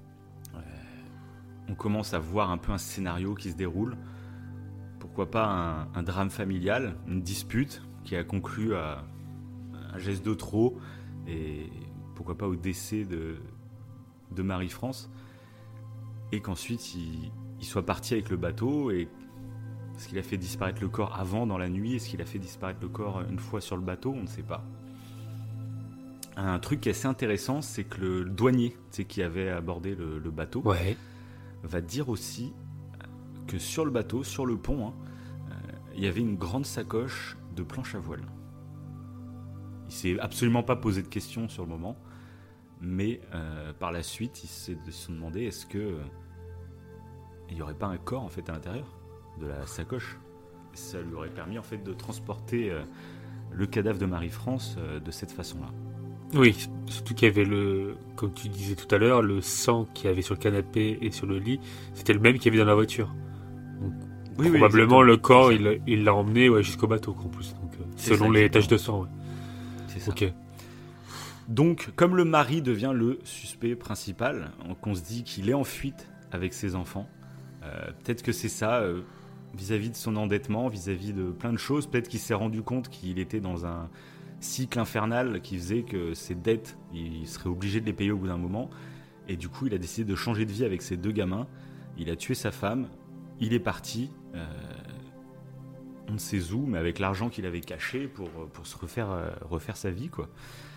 On commence à voir un peu un scénario qui se déroule. Pourquoi pas un drame familial, une dispute qui a conclu à un geste de trop et pourquoi pas au décès de Marie-France. Et qu'ensuite il soit parti avec le bateau. Et est-ce qu'il a fait disparaître le corps avant dans la nuit? Est-ce qu'il a fait disparaître le corps une fois sur le bateau? On ne sait pas. Un truc qui est assez intéressant, c'est que le douanier qui avait abordé le bateau va dire aussi que sur le bateau, sur le pont, il y avait une grande sacoche de planche à voile. Il s'est absolument pas posé de questions sur le moment, mais par la suite, il s'est demandé est-ce que il n'y aurait pas un corps en fait à l'intérieur de la sacoche. Ça lui aurait permis en fait de transporter le cadavre de Marie-France de cette façon-là. Oui, surtout qu'il y avait comme tu disais tout à l'heure, le sang qu'il y avait sur le canapé et sur le lit, c'était le même qu'il y avait dans la voiture. Donc, probablement le corps, il l'a emmené jusqu'au bateau en plus, donc, selon les taches de sang. Ouais. C'est ça. Ok. Donc, comme le mari devient le suspect principal, on se dit qu'il est en fuite avec ses enfants. Peut-être que c'est ça, vis-à-vis de son endettement, vis-à-vis de plein de choses. Peut-être qu'il s'est rendu compte qu'il était dans un cycle infernal qui faisait que ses dettes, il serait obligé de les payer au bout d'un moment. Et du coup, il a décidé de changer de vie avec ses 2 gamins. Il a tué sa femme. Il est parti. On ne sait où, mais avec l'argent qu'il avait caché pour se refaire sa vie, quoi.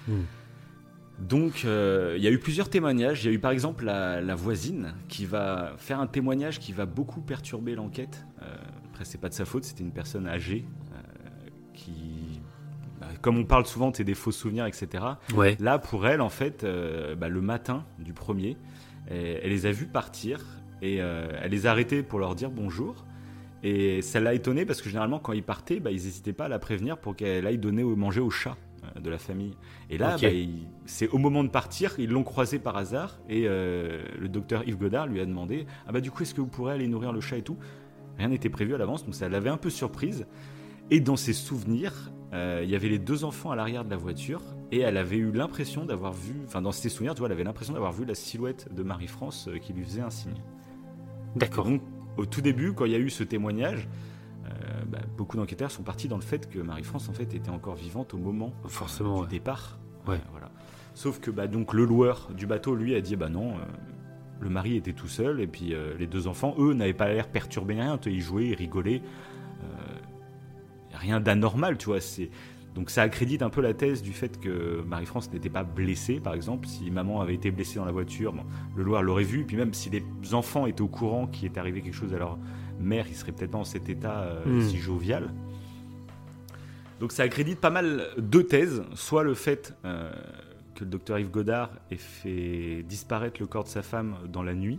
Donc, il y a eu plusieurs témoignages. Il y a eu par exemple la voisine qui va faire un témoignage qui va beaucoup perturber l'enquête. Après, c'est pas de sa faute, c'était une personne âgée qui, comme on parle souvent, des faux souvenirs, etc. Ouais. Là, pour elle, en fait, le matin du premier, elle les a vus partir et elle les a arrêtés pour leur dire bonjour. Et ça l'a étonnée parce que généralement, quand ils partaient, ils n'hésitaient pas à la prévenir pour qu'elle aille donner manger aux chats de la famille. Et là, c'est au moment de partir, ils l'ont croisé par hasard et le docteur Yves Godard lui a demandé « Ah du coup, est-ce que vous pourrez aller nourrir le chat et tout ?» Rien n'était prévu à l'avance, donc ça l'avait un peu surprise. Et dans ses souvenirs, il y avait les 2 enfants à l'arrière de la voiture et elle avait eu l'impression d'avoir vu, dans ses souvenirs, tu vois, elle avait l'impression d'avoir vu la silhouette de Marie-France qui lui faisait un signe. D'accord. Donc, au tout début, quand il y a eu ce témoignage, beaucoup d'enquêteurs sont partis dans le fait que Marie-France en fait était encore vivante au moment du départ. Ouais. Voilà. Sauf que donc le loueur du bateau lui a dit non, le mari était tout seul et puis les 2 enfants eux n'avaient pas l'air perturbés rien, ils jouaient, ils rigolaient, rien d'anormal, tu vois. Donc ça accrédite un peu la thèse du fait que Marie-France n'était pas blessée, par exemple. Si maman avait été blessée dans la voiture, le loueur l'aurait vu. Puis même si les enfants étaient au courant qu'il est arrivé quelque chose à leur mère, ils seraient peut-être pas dans cet état si jovial. Donc ça accrédite pas mal 2 thèses. Soit le fait que le docteur Yves Godard ait fait disparaître le corps de sa femme dans la nuit,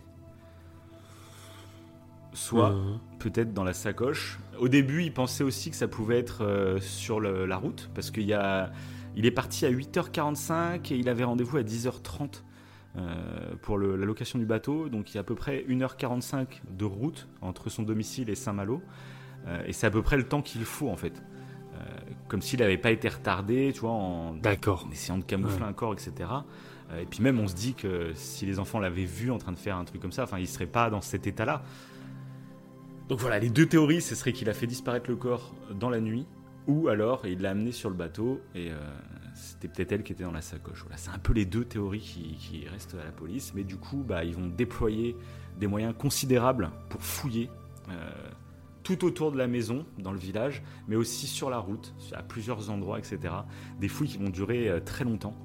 soit peut-être dans la sacoche. Au début, il pensait aussi que ça pouvait être sur la route, parce qu'il est parti à 8h45 et il avait rendez-vous à 10h30 pour la location du bateau. Donc il y a à peu près 1h45 de route entre son domicile et Saint-Malo. Et c'est à peu près le temps qu'il faut, en fait. Comme s'il n'avait pas été retardé, tu vois, en essayant de camoufler un corps, etc. Et puis même, on se dit que si les enfants l'avaient vu en train de faire un truc comme ça, il ne serait pas dans cet état-là. Donc voilà, les 2 théories, ce serait qu'il a fait disparaître le corps dans la nuit, ou alors il l'a amenée sur le bateau et c'était peut-être elle qui était dans la sacoche. Voilà, c'est un peu les deux théories qui restent à la police, mais du coup, ils vont déployer des moyens considérables pour fouiller tout autour de la maison, dans le village, mais aussi sur la route, à plusieurs endroits, etc. Des fouilles qui vont durer très longtemps.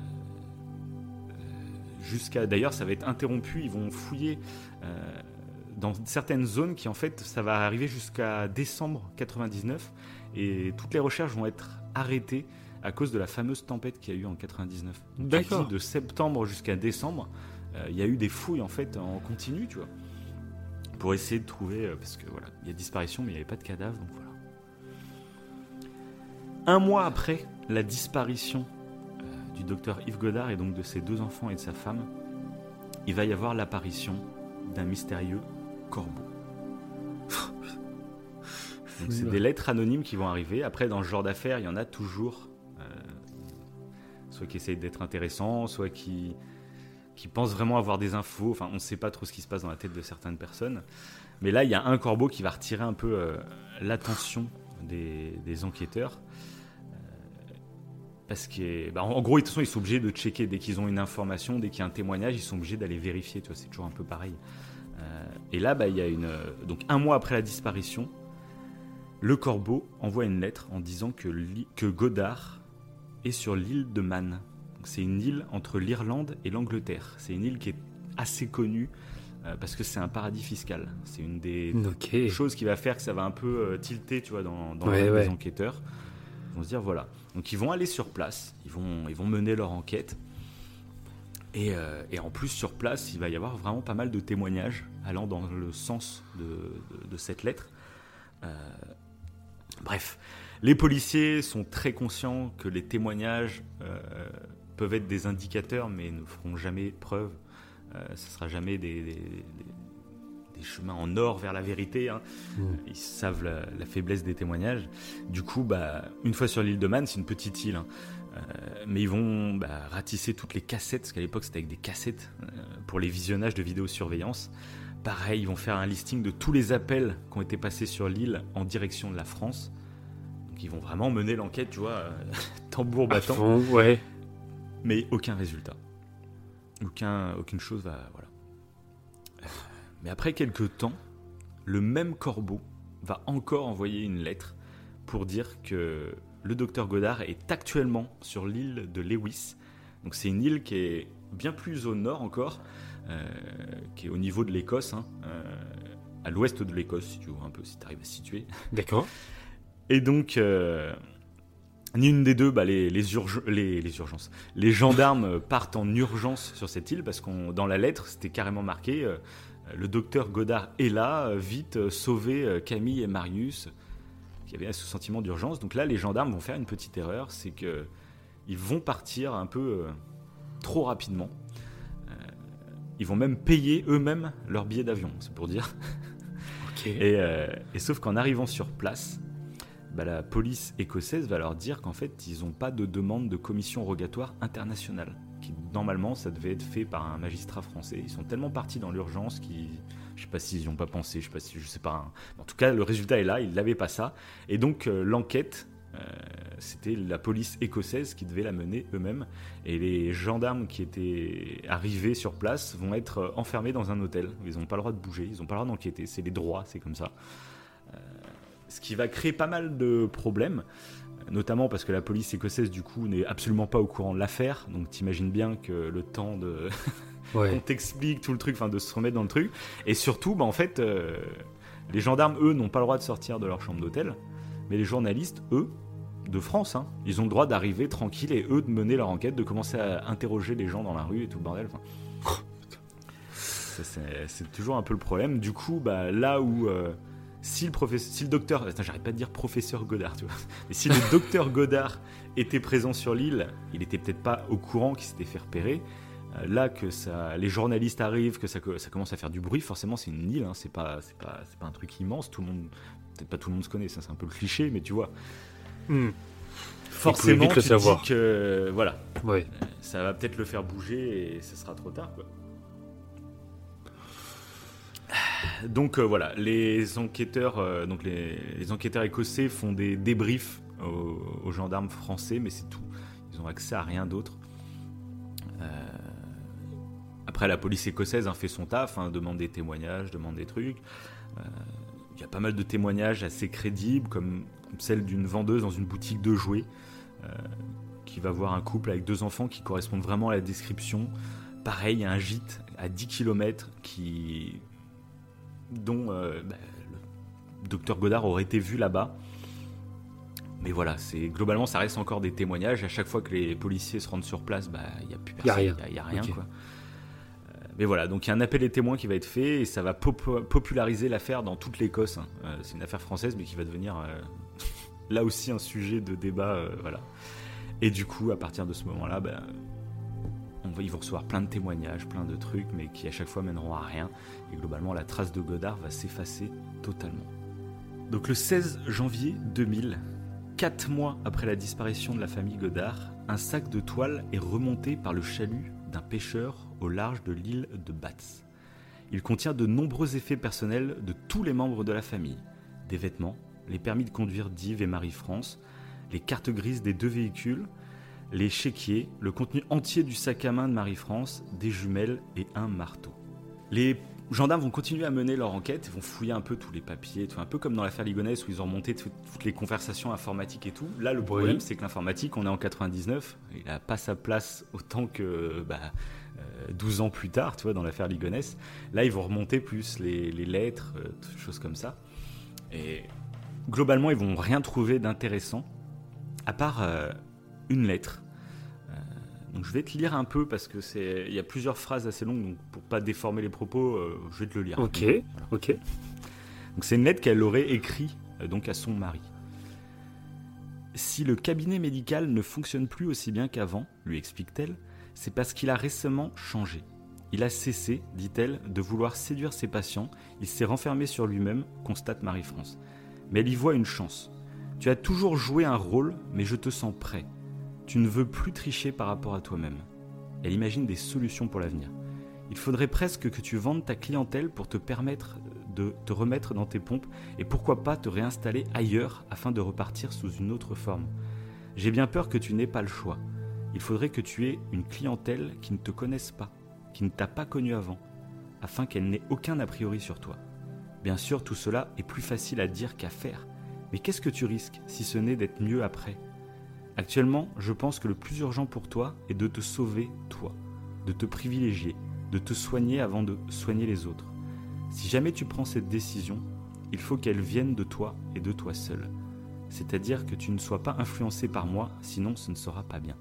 D'ailleurs, ça va être interrompu, ils vont fouiller dans certaines zones qui, en fait, ça va arriver jusqu'à décembre 99, et toutes les recherches vont être arrêtées à cause de la fameuse tempête qu'il y a eu en 99. Donc, D'accord. de septembre jusqu'à décembre, il y a eu des fouilles en fait en continu, tu vois, pour essayer de trouver, parce que voilà, il y a disparition, mais il n'y avait pas de cadavre, donc voilà. Un mois après la disparition du docteur Yves Godard et donc de ses 2 enfants et de sa femme, il va y avoir l'apparition d'un mystérieux corbeau. Donc c'est des lettres anonymes qui vont arriver. Après, dans ce genre d'affaires, il y en a toujours, soit qui essayent d'être intéressants, soit qui pensent vraiment avoir des infos. Enfin, on ne sait pas trop ce qui se passe dans la tête de certaines personnes. Mais là, il y a un corbeau qui va retirer un peu l'attention des enquêteurs. Parce que, en gros, de toute façon, ils sont obligés de checker. Dès qu'ils ont une information, dès qu'il y a un témoignage, ils sont obligés d'aller vérifier. Tu vois, c'est toujours un peu pareil. Et là, il y a donc un mois après la disparition, le corbeau envoie une lettre en disant que Godard est sur l'île de Man. Donc, c'est une île entre l'Irlande et l'Angleterre. C'est une île qui est assez connue parce que c'est un paradis fiscal. C'est une des choses qui va faire que ça va un peu tilter, tu vois, dans les enquêteurs. Ils vont se dire voilà. Donc ils vont aller sur place, ils vont mener leur enquête. Et en plus sur place, il va y avoir vraiment pas mal de témoignages allant dans le sens de cette lettre. Bref, les policiers sont très conscients que les témoignages peuvent être des indicateurs, mais ne feront jamais preuve. Ce ne sera jamais des chemins en or vers la vérité. Hein. Ils savent la faiblesse des témoignages. Du coup, une fois sur l'île de Man, c'est une petite île, hein. Mais ils vont ratisser toutes les cassettes, parce qu'à l'époque c'était avec des cassettes pour les visionnages de vidéosurveillance. Pareil, ils vont faire un listing de tous les appels qui ont été passés sur l'île en direction de la France. Donc ils vont vraiment mener l'enquête, tu vois, tambour battant. Fond, ouais. Mais aucun résultat. Aucune chose va... Voilà. Mais après quelques temps, le même corbeau va encore envoyer une lettre pour dire que le docteur Godard est actuellement sur l'île de Lewis. Donc c'est une île qui est bien plus au nord encore, qui est au niveau de l'Écosse, hein, à l'ouest de l'Écosse, si tu vois un peu, si tu arrives à situer. D'accord. Et donc, ni une des deux, les urgences. Les gendarmes partent en urgence sur cette île parce que dans la lettre, c'était carrément marqué le docteur Godard est là, vite sauver Camille et Marius, qui avaient ce sentiment d'urgence. Donc là, les gendarmes vont faire une petite erreur, c'est que ils vont partir un peu trop rapidement. Ils vont même payer eux-mêmes leur billet d'avion, c'est pour dire. Ok. Et sauf qu'en arrivant sur place, la police écossaise va leur dire qu'en fait, ils n'ont pas de demande de commission rogatoire internationale. Qui, normalement, ça devait être fait par un magistrat français. Ils sont tellement partis dans l'urgence qu'ils... Je sais pas s'ils n'y ont pas pensé, je sais pas. Hein. En tout cas, le résultat est là, ils n'avaient pas ça. Et donc, l'enquête, c'était la police écossaise qui devait la mener eux-mêmes. Et les gendarmes qui étaient arrivés sur place vont être enfermés dans un hôtel. Ils n'ont pas le droit de bouger, ils n'ont pas le droit d'enquêter. C'est les droits, c'est comme ça. Ce qui va créer pas mal de problèmes, notamment parce que la police écossaise, du coup, n'est absolument pas au courant de l'affaire. Donc, t'imagines bien que le temps de... qu'on t'explique tout le truc, de se remettre dans le truc. Et surtout, en fait, les gendarmes, eux, n'ont pas le droit de sortir de leur chambre d'hôtel. Mais les journalistes, eux, de France, hein, ils ont le droit d'arriver tranquille et eux de mener leur enquête, de commencer à interroger les gens dans la rue et tout le bordel. C'est toujours un peu le problème. Du coup, là où... si le docteur... Attends, j'arrête pas de dire professeur Godard, tu vois. Mais si le docteur Godard était présent sur l'île, il était peut-être pas au courant qu'il s'était fait repérer. Là, que les journalistes arrivent, que ça commence à faire du bruit, forcément, c'est une île, hein, c'est pas un truc immense. Tout le monde, peut-être pas tout le monde se connaît, ça c'est un peu le cliché, mais tu vois. Forcément, tu te dis que voilà, ça va peut-être le faire bouger et ça sera trop tard, quoi. Donc voilà, les enquêteurs, les enquêteurs écossais font des débriefs aux gendarmes français, mais c'est tout. Ils ont accès à rien d'autre. Après, la police écossaise fait son taf, demande des témoignages, demande des trucs. Il y a pas mal de témoignages assez crédibles, comme celle d'une vendeuse dans une boutique de jouets, qui va voir un couple avec 2 enfants qui correspondent vraiment à la description. Pareil, il y a un gîte à 10 km dont le docteur Godard aurait été vu là-bas. Mais voilà, globalement, ça reste encore des témoignages. À chaque fois que les policiers se rendent sur place, il n'y a plus personne, il n'y a rien. Okay. Quoi. Mais voilà, donc il y a un appel des témoins qui va être fait et ça va populariser l'affaire dans toute l'Écosse. C'est une affaire française, mais qui va devenir là aussi un sujet de débat. Voilà. Et du coup, à partir de ce moment-là, ils vont recevoir plein de témoignages, plein de trucs, mais qui à chaque fois mèneront à rien. Et globalement, la trace de Godard va s'effacer totalement. Donc le 16 janvier 2000, 4 mois après la disparition de la famille Godard, un sac de toile est remonté par le chalut d'un pêcheur au large de l'île de Bats. Il contient de nombreux effets personnels de tous les membres de la famille. Des vêtements, les permis de conduire d'Yves et Marie-France, les cartes grises des 2 véhicules, les chéquiers, le contenu entier du sac à main de Marie-France, des jumelles et un marteau. Les gendarmes vont continuer à mener leur enquête, ils vont fouiller un peu tous les papiers, un peu comme dans l'affaire Ligonnès où ils ont remonté toutes les conversations informatiques et tout. Là, le problème, c'est que l'informatique, on est en 99, il n'a pas sa place autant que 12 ans plus tard, dans l'affaire Ligonnès. Là, ils vont remonter plus les lettres, choses comme ça. Et globalement, ils vont rien trouver d'intéressant, à part une lettre. Donc je vais te lire un peu parce que il y a plusieurs phrases assez longues, donc pour pas déformer les propos, je vais te le lire. Ok, voilà. Ok. Donc c'est une lettre qu'elle aurait écrite donc à son mari. Si le cabinet médical ne fonctionne plus aussi bien qu'avant, lui explique-t-elle, c'est parce qu'il a récemment changé. Il a cessé, dit-elle, de vouloir séduire ses patients, il s'est renfermé sur lui-même, constate Marie-France. Mais elle y voit une chance. Tu as toujours joué un rôle, mais je te sens prêt. Tu ne veux plus tricher par rapport à toi-même. Elle imagine des solutions pour l'avenir. Il faudrait presque que tu vendes ta clientèle pour te permettre de te remettre dans tes pompes et pourquoi pas te réinstaller ailleurs afin de repartir sous une autre forme. J'ai bien peur que tu n'aies pas le choix. Il faudrait que tu aies une clientèle qui ne te connaisse pas, qui ne t'a pas connu avant, afin qu'elle n'ait aucun a priori sur toi. Bien sûr, tout cela est plus facile à dire qu'à faire, mais qu'est-ce que tu risques si ce n'est d'être mieux après ? Actuellement, je pense que le plus urgent pour toi est de te sauver, toi, de te privilégier, de te soigner avant de soigner les autres. Si jamais tu prends cette décision, il faut qu'elle vienne de toi et de toi seul. C'est-à-dire que tu ne sois pas influencé par moi, sinon ce ne sera pas bien.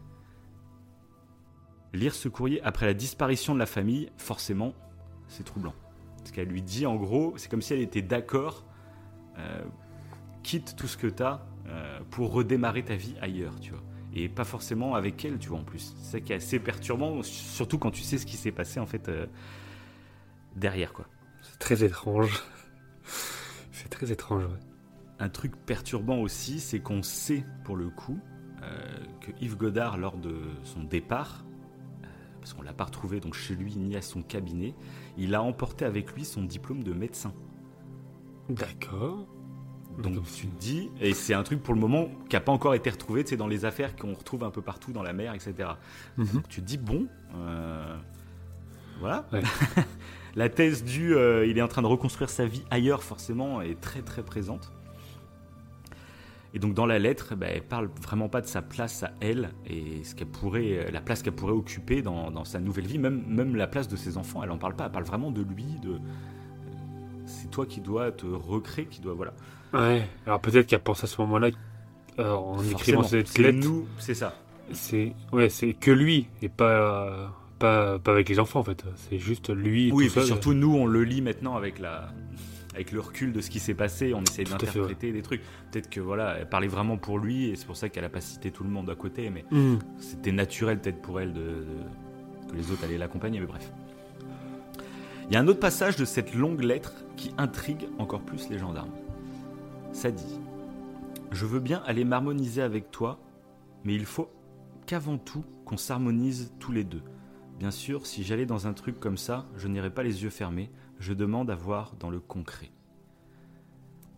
Lire ce courrier après la disparition de la famille, forcément, c'est troublant. Parce qu'elle lui dit, en gros, c'est comme si elle était d'accord, quitte tout ce que t'as, pour redémarrer ta vie ailleurs, tu vois. Et pas forcément avec elle, tu vois, en plus. C'est ça qui est assez perturbant, surtout quand tu sais ce qui s'est passé, en fait, derrière, quoi. C'est très étrange. C'est très étrange, ouais. Un truc perturbant aussi, c'est qu'on sait, pour le coup, que Yves Godard, lors de son départ, parce qu'on l'a pas retrouvé donc chez lui ni à son cabinet, il a emporté avec lui son diplôme de médecin. D'accord. Donc tu te dis, et c'est un truc pour le moment qui n'a pas encore été retrouvé, tu sais, dans les affaires qu'on retrouve un peu partout dans la mer, etc. Donc tu te dis, bon, voilà. Ouais. La thèse il est en train de reconstruire sa vie ailleurs, forcément, est très très présente. Et donc dans la lettre, elle parle vraiment pas de sa place à elle et la place qu'elle pourrait occuper dans sa nouvelle vie, même la place de ses enfants, elle en parle pas, elle parle vraiment de lui, c'est toi qui dois te recréer, qui doit, voilà. Ouais, alors peut-être qu'elle pense à ce moment-là, en écrivant cette lettre. Nous, c'est ça. C'est que lui et pas avec les enfants en fait. C'est juste lui. Oui, et puis surtout nous, on le lit maintenant avec le recul de ce qui s'est passé, on essaie d'interpréter des trucs. Peut-être que voilà, elle parlait vraiment pour lui et c'est pour ça qu'elle a pas cité tout le monde à côté, mais c'était naturel peut-être pour elle que les autres allaient l'accompagner, mais bref. Il y a un autre passage de cette longue lettre qui intrigue encore plus les gendarmes. Ça dit « Je veux bien aller m'harmoniser avec toi, mais il faut qu'avant tout qu'on s'harmonise tous les deux. Bien sûr, si j'allais dans un truc comme ça, je n'irais pas les yeux fermés, je demande à voir dans le concret. »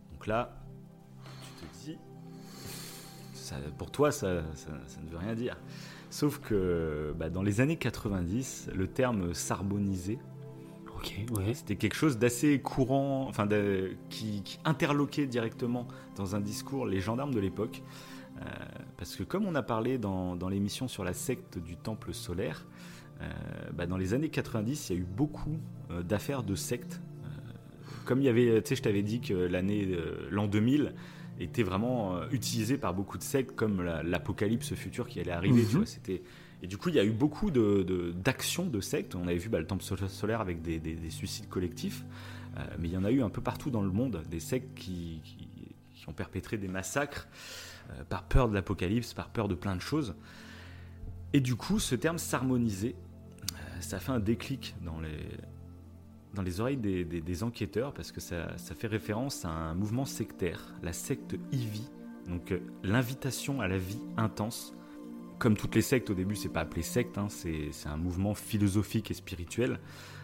Donc là, tu te dis pour toi, ça ne veut rien dire. Sauf que dans les années 90, le terme sarbonisé, c'était quelque chose d'assez courant, qui interloquait directement dans un discours les gendarmes de l'époque. Parce que comme on a parlé dans l'émission sur la secte du temple solaire, dans les années 90, il y a eu beaucoup d'affaires de sectes. Comme il y avait, tu sais, je t'avais dit que l'an 2000 était vraiment utilisé par beaucoup de sectes, comme l'apocalypse future qui allait arriver. Tu vois, et du coup, il y a eu beaucoup d'actions de sectes. On avait vu le temple solaire avec des suicides collectifs, mais il y en a eu un peu partout dans le monde, des sectes qui ont perpétré des massacres par peur de l'apocalypse, par peur de plein de choses. Et du coup, ce terme s'harmoniser, ça fait un déclic dans les oreilles des enquêteurs, parce que ça fait référence à un mouvement sectaire, la secte Ivy, donc l'invitation à la vie intense. Comme toutes les sectes, au début, c'est pas appelé secte, hein, c'est un mouvement philosophique et spirituel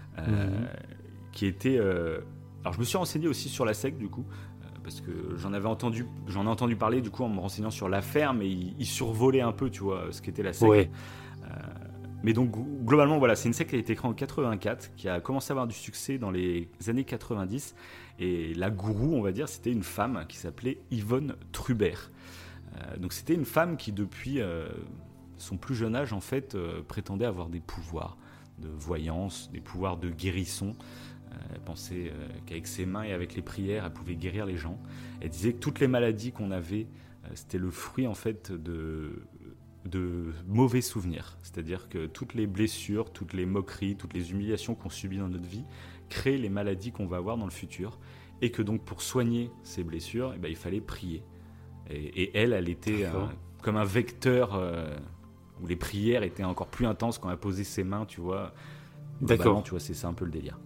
qui était... Alors, je me suis renseigné aussi sur la secte, du coup, parce que j'en ai entendu parler, du coup, en me renseignant sur l'affaire, mais il survolait un peu, tu vois, ce qu'était la secte. Ouais. Mais donc, globalement, voilà, c'est une secte qui a été créée en 84, qui a commencé à avoir du succès dans les années 90, et la gourou, on va dire, c'était une femme qui s'appelait Yvonne Trubert. Donc, c'était une femme qui, depuis son plus jeune âge, en fait, prétendait avoir des pouvoirs de voyance, des pouvoirs de guérisson. Elle pensait qu'avec ses mains et avec les prières, elle pouvait guérir les gens. Elle disait que toutes les maladies qu'on avait, c'était le fruit, en fait, de mauvais souvenirs. C'est-à-dire que toutes les blessures, toutes les moqueries, toutes les humiliations qu'on subit dans notre vie créent les maladies qu'on va avoir dans le futur. Et que donc, pour soigner ces blessures, il fallait prier. Et elle était comme un vecteur où les prières étaient encore plus intenses quand elle posait ses mains, tu vois. D'accord. Tu vois, c'est ça un peu le délire.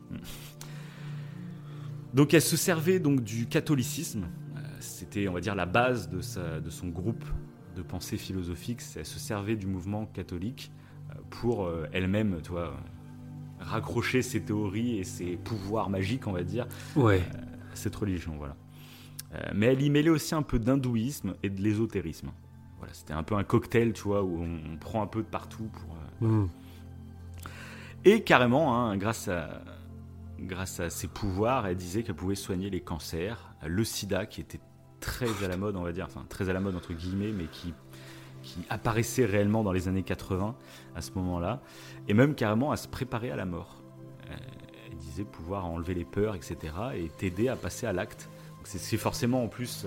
Donc elle se servait donc du catholicisme. C'était, on va dire, la base de son groupe de pensée philosophique. Elle se servait du mouvement catholique pour elle-même, tu vois, raccrocher ses théories et ses pouvoirs magiques, on va dire, à cette religion, voilà. Mais elle y mêlait aussi un peu d'hindouisme et de l'ésotérisme. Voilà, c'était un peu un cocktail, tu vois, où on prend un peu de partout pour... Et carrément, hein, grâce à ses pouvoirs, elle disait qu'elle pouvait soigner les cancers, le sida qui était très à la mode, on va dire, enfin très à la mode entre guillemets, mais qui apparaissait réellement dans les années 80 à ce moment-là, et même carrément à se préparer à la mort. Elle disait pouvoir enlever les peurs, etc., et t'aider à passer à l'acte. Donc c'est forcément en plus...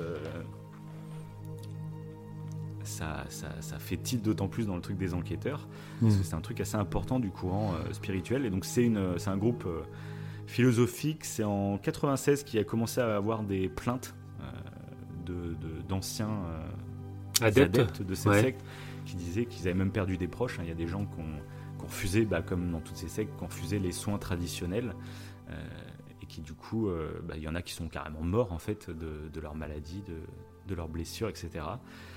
Ça fait titre d'autant plus dans le truc des enquêteurs, parce que c'est un truc assez important du courant spirituel. Et donc c'est un groupe philosophique. C'est en 96 qu'il a commencé à avoir des plaintes d'anciens adeptes de cette secte, qui disaient qu'ils avaient même perdu des proches. Il y a des gens qui ont refusé, comme dans toutes ces sectes, qui ont refusé les soins traditionnels, et qui du coup, il y en a qui sont carrément morts en fait de leur maladie, de leurs blessures, etc.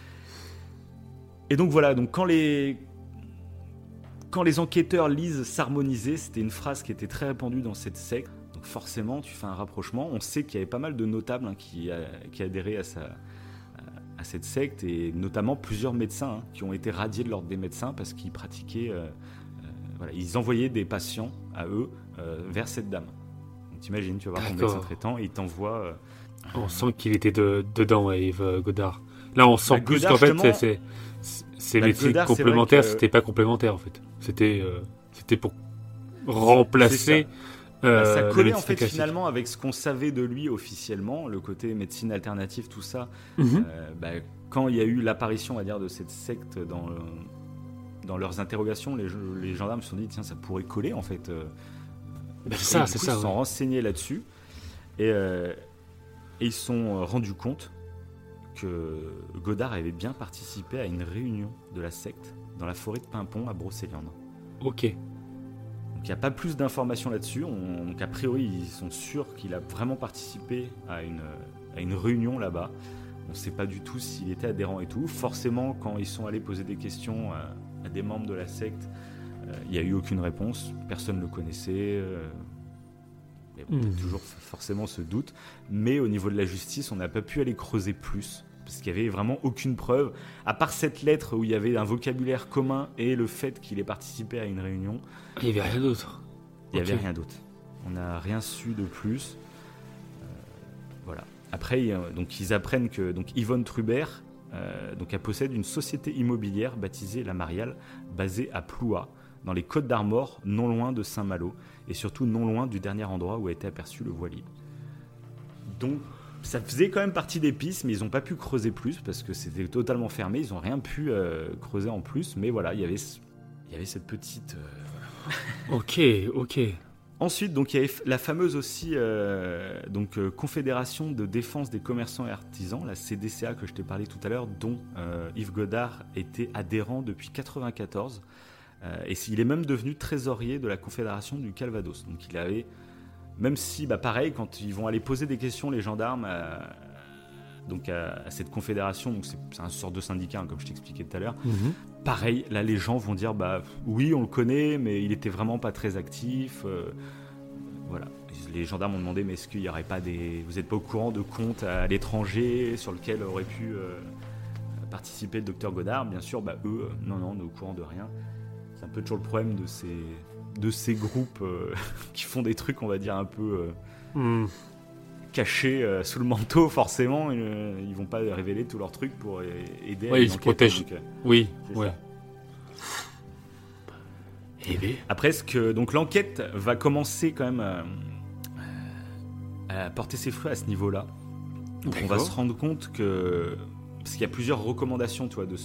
Et donc voilà, donc quand les enquêteurs lisent s'harmoniser, c'était une phrase qui était très répandue dans cette secte. Donc forcément, tu fais un rapprochement. On sait qu'il y avait pas mal de notables qui adhéraient à cette secte, et notamment plusieurs médecins qui ont été radiés de l'ordre des médecins parce qu'ils pratiquaient... ils envoyaient des patients à eux vers cette dame. Donc t'imagines, tu vas voir ton médecin traitant et il t'envoie... On sent qu'il était dedans, Yves Godard. Là, on sent plus qu'en fait, c'est médecine complémentaire, c'était pas complémentaire en fait. C'était pour remplacer. Ça collait en fait classique. Finalement avec ce qu'on savait de lui officiellement, le côté médecine alternative, tout ça. Quand il y a eu l'apparition, on va dire, de cette secte dans leurs interrogations, les gendarmes se sont dit tiens, ça pourrait coller en fait. C'est ça. Ils se sont renseignés là-dessus et ils se sont rendus compte que Godard avait bien participé à une réunion de la secte dans la forêt de Pimpon à Brocéliande. Ok. Donc il n'y a pas plus d'informations là-dessus. Donc a priori, ils sont sûrs qu'il a vraiment participé à une réunion là-bas. On ne sait pas du tout s'il était adhérent et tout. Forcément, quand ils sont allés poser des questions à des membres de la secte, il n'y a eu aucune réponse. Personne ne le connaissait. Il y a toujours forcément ce doute. Mais au niveau de la justice, on n'a pas pu aller creuser plus parce qu'il y avait vraiment aucune preuve, à part cette lettre où il y avait un vocabulaire commun et le fait qu'il ait participé à une réunion. Il n'y avait rien d'autre. Il n'y avait rien d'autre. On n'a rien su de plus. Voilà. Après, donc ils apprennent que donc Yvonne Trubert, donc elle possède une société immobilière baptisée La Mariale, basée à Ploua, dans les Côtes-d'Armor, non loin de Saint-Malo, et surtout non loin du dernier endroit où a été aperçu le voilier. Donc, ça faisait quand même partie des pistes, mais ils n'ont pas pu creuser plus, parce que c'était totalement fermé, ils n'ont rien pu creuser en plus, mais voilà, il y avait cette petite... Ok. Ensuite, donc, il y avait la fameuse aussi Confédération de défense des commerçants et artisans, la CDCA que je t'ai parlé tout à l'heure, dont Yves Godard était adhérent depuis 1994. Et il est même devenu trésorier de la Confédération du Calvados. Donc il avait, même si, pareil, quand ils vont aller poser des questions, les gendarmes, à cette confédération, donc c'est un sorte de syndicat, comme je t'expliquais tout à l'heure, pareil, là les gens vont dire, oui, on le connaît, mais il était vraiment pas très actif. Voilà. Les gendarmes ont demandé, mais est-ce qu'il n'y aurait pas vous n'êtes pas au courant de comptes à l'étranger sur lesquels aurait pu participer le docteur Godard? Bien sûr, eux, non, on est au courant de rien. C'est un peu toujours le problème de ces groupes qui font des trucs, on va dire, un peu cachés sous le manteau, forcément. Ils vont pas révéler tous leurs trucs pour aider à ils se protègent. Donc, oui, ouais. Après, donc l'enquête va commencer quand même à porter ses fruits à ce niveau-là. Donc on va se rendre compte que... Parce qu'il y a plusieurs recommandations, tu vois, de